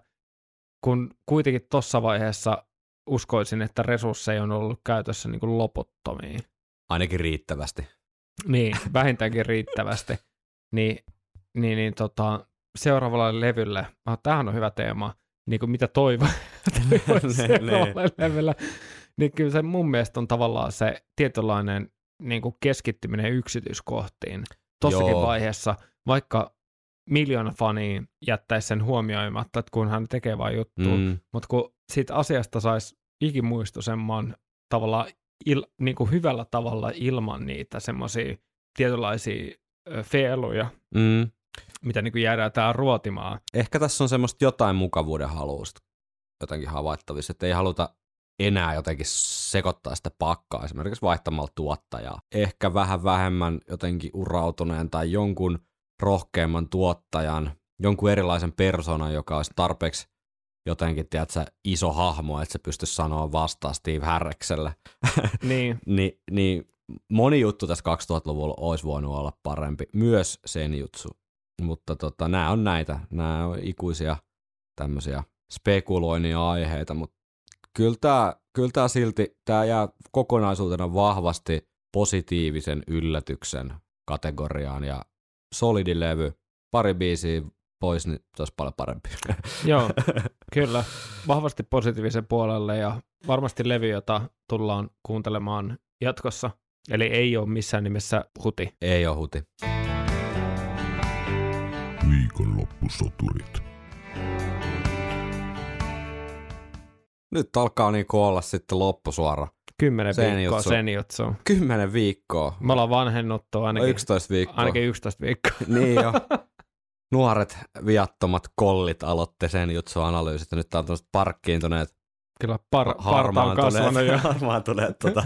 kun kuitenkin tuossa vaiheessa uskoisin, että resursseja on ollut käytössä niin kuin loputtomiin. Ainakin riittävästi. Niin, vähintäänkin riittävästi. Niin, niin, niin tota, seuraavalle levylle, ah, tämähän on hyvä teema, niin kuin mitä toivon seuraavalle levylle, niin kyllä se mun mielestä on tavallaan se tietynlainen niin kuin keskittyminen yksityiskohtiin tossakin Joo. vaiheessa, vaikka miljoona fania jättäisi sen huomioimatta, että kun hän tekee vain juttua, mm. mutta kun siitä asiasta saisi ikimuistoisemman tavallaan il, niin kuin hyvällä tavalla ilman niitä semmoisia tietynlaisia ö, feeluja, mm. mitä niin kuin jäädään täällä ruotimaan. Ehkä tässä on semmoista jotain mukavuuden halusta jotenkin havaittavissa, että ei haluta enää jotenkin sekoittaa sitä pakkaa esimerkiksi vaihtamalla tuottajaa. Ehkä vähän vähemmän jotenkin urautuneen tai jonkun rohkeamman tuottajan, jonkun erilaisen persoonan, joka olisi tarpeeksi jotenkin, tiedätkö, iso hahmo, että se pystyisi sanoa vastaan Steve Harrikselle. Niin. Ni, niin moni juttu tässä kaksituhattaluvulla olisi voinut olla parempi, myös senjutsu. Mutta tota, nämä on näitä, nämä on ikuisia tämmöisiä spekuloinnia aiheita, mutta kyllä tämä, kyllä tämä silti, tämä jää kokonaisuutena vahvasti positiivisen yllätyksen kategoriaan ja solidi levy, pari biisiä pois, niin se olisi paljon parempi. Joo, kyllä. Vahvasti positiivisen puolelle ja varmasti levy, jota tullaan kuuntelemaan jatkossa. Eli ei ole missään nimessä huti. Ei ole huti. Viikonloppusoturit. Nyt alkaa niinku olla sitten loppusuora. Kymmenen viikkoa senjutsu. Kymmenen viikkoa. Me ollaan vanhennuttu ainakin. yksitoista viikkoa. Ainakin yksitoista viikkoa. Niin jo. Nuoret viattomat kollit aloitte senjutsu-analyysit ja nyt on tämmöiset parkkiintuneet. Kyllä par- parta on kasvanut jo. Harmaantuneet tota,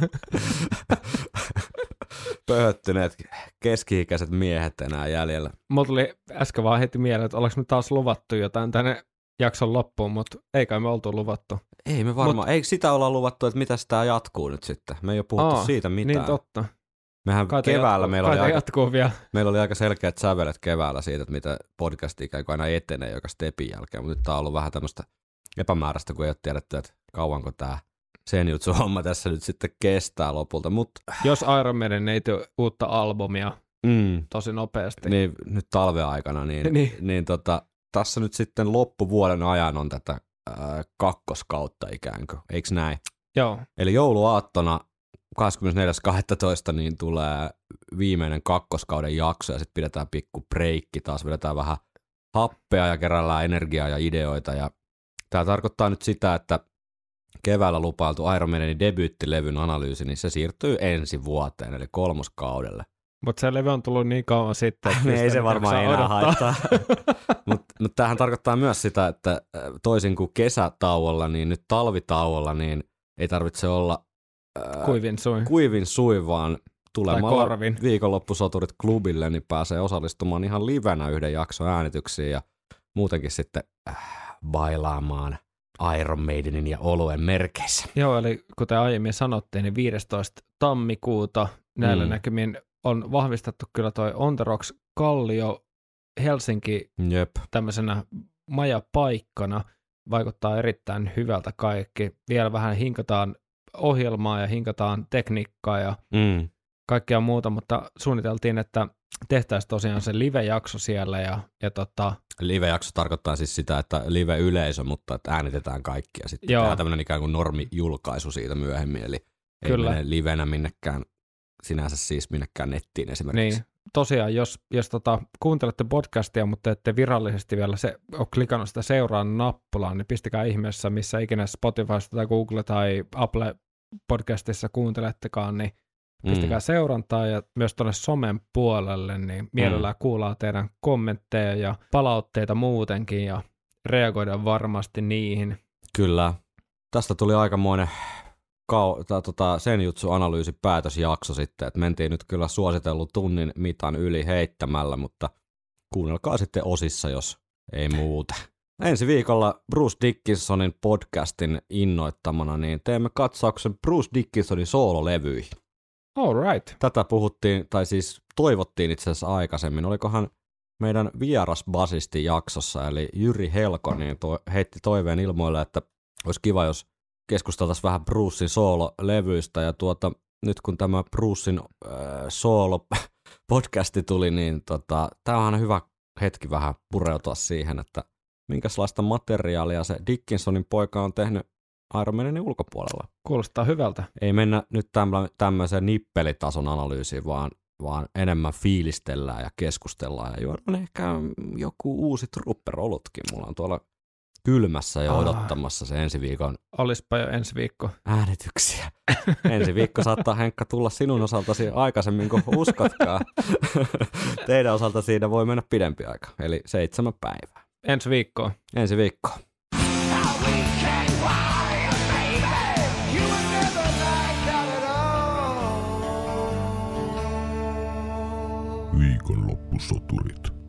pöhöttyneet keski-ikäiset miehet enää jäljellä. Mulla tuli äsken vaan heti mieleen, että ollaanko me taas luvattu jotain tänne jakson loppuun, mutta ei kai me oltu luvattu. Ei me varmaan, Mut, ei sitä olla luvattu, että mitä sitä jatkuu nyt sitten. Me ei ole puhuttu Aa, siitä mitään. Niin totta. Mehän kai keväällä jatku, meillä, oli aika, vielä. meillä oli aika selkeät sävelet keväällä siitä, että mitä podcast ikään kuin aina etenee joka stepin jälkeen, mutta nyt tämä on ollut vähän tämmöistä epämääräistä, kun ei ole tiedetty, että kauanko tämä senjutsu-homma tässä nyt sitten kestää lopulta. Mut, jos Iron Maiden ei tule uutta albumia mm, tosi nopeasti. Niin, nyt talven aikana, niin, niin. niin tota, tässä nyt sitten loppuvuoden ajan on tätä ää, kakkoskautta ikään kuin, eikö näin? Joo. Eli jouluaattona kahdeskymmenesneljäs kahdestoista niin tulee viimeinen kakkoskauden jakso ja sitten pidetään pikku breikki, taas vedetään vähän happea ja kerällään energiaa ja ideoita. Ja tämä tarkoittaa nyt sitä, että keväällä lupailtu Iron Maidenin debyyttilevyn analyysi, niin se siirtyy ensi vuoteen, eli kolmoskaudelle. Mutta se levy on tullut niin kauan sitten, että ei se varmaan enää haittaa. Mutta mut tämähän tarkoittaa myös sitä, että toisin kuin kesätauolla, niin nyt talvitauolla, niin ei tarvitse olla ää, kuivin sui, kuivin sui vaan tulemalla viikonloppusoturit klubille, niin pääsee osallistumaan ihan livenä yhden jakson äänityksiin ja muutenkin sitten äh, bailaamaan Iron Maidenin ja oluen merkeissä. Joo, eli kuten aiemmin sanottiin, niin viidestoista tammikuuta näillä mm. näkymin on vahvistettu kyllä toi On The Rocks Kallio Helsinki Jep. tämmöisenä majapaikkana. Vaikuttaa erittäin hyvältä kaikki. Vielä vähän hinkataan ohjelmaa ja hinkataan tekniikkaa ja mm. kaikkea muuta, mutta suunniteltiin, että tehtäisiin tosiaan se live-jakso siellä. Ja, ja tota... Live-jakso tarkoittaa siis sitä, että live-yleisö, mutta että äänitetään kaikki ja sitten Joo. tehdään tämmöinen ikään kuin normijulkaisu siitä myöhemmin, eli ei Kyllä. mene livenä minnekään, sinänsä siis minnekään nettiin esimerkiksi. Niin, tosiaan, jos, jos tota, kuuntelette podcastia, mutta ette virallisesti vielä se, ole klikannut sitä seuraan nappulaa, niin pistäkää ihmeessä, missä ikinä Spotifysta tai Google tai Apple podcastissa kuuntelettekaan, niin pistäkää mm. seurantaa ja myös tuonne somen puolelle, niin mielellään mm. kuullaan teidän kommentteja ja palautteita muutenkin ja reagoidaan varmasti niihin. Kyllä. Tästä tuli aikamoinen kau- ta, tota, senjutsu-analyysi päätösjakso sitten, että mentiin nyt kyllä suositellut tunnin mitan yli heittämällä, mutta kuunnelkaa sitten osissa, jos ei muuta. Ensi viikolla Bruce Dickinsonin podcastin innoittamana, niin teemme katsauksen Bruce Dickinsonin soololevyihin. All right. Tätä puhuttiin, tai siis toivottiin itse asiassa aikaisemmin. Olikohan meidän vieras basisti jaksossa, eli Jyri Helko, niin to, heitti toiveen ilmoille, että olisi kiva, jos keskusteltaisiin vähän Brucein soololevyistä. Ja tuota, nyt kun tämä Brucein äh, soolo-podcasti tuli, niin tota, tämä on aina hyvä hetki vähän pureutua siihen, että minkälaista materiaalia se Dickinsonin poika on tehnyt Iron Maidenin ulkopuolella. Kuulostaa hyvältä. Ei mennä nyt tämmöiseen nippelitason analyysiin, vaan, vaan enemmän fiilistellään ja keskustellaan. Ja juodaan ehkä joku uusi trupperolutkin. Mulla on tuolla kylmässä jo odottamassa se ensi viikon Olispa jo ensi viikko äänityksiä. Ensi viikko saattaa, Henkka, tulla sinun osaltasi aikaisemmin kuin uskotkaan. Teidän osalta siinä voi mennä pidempi aika, eli seitsemän päivää. Ensi viikkoon. Ensi viikkoon. Viikonloppusoturit.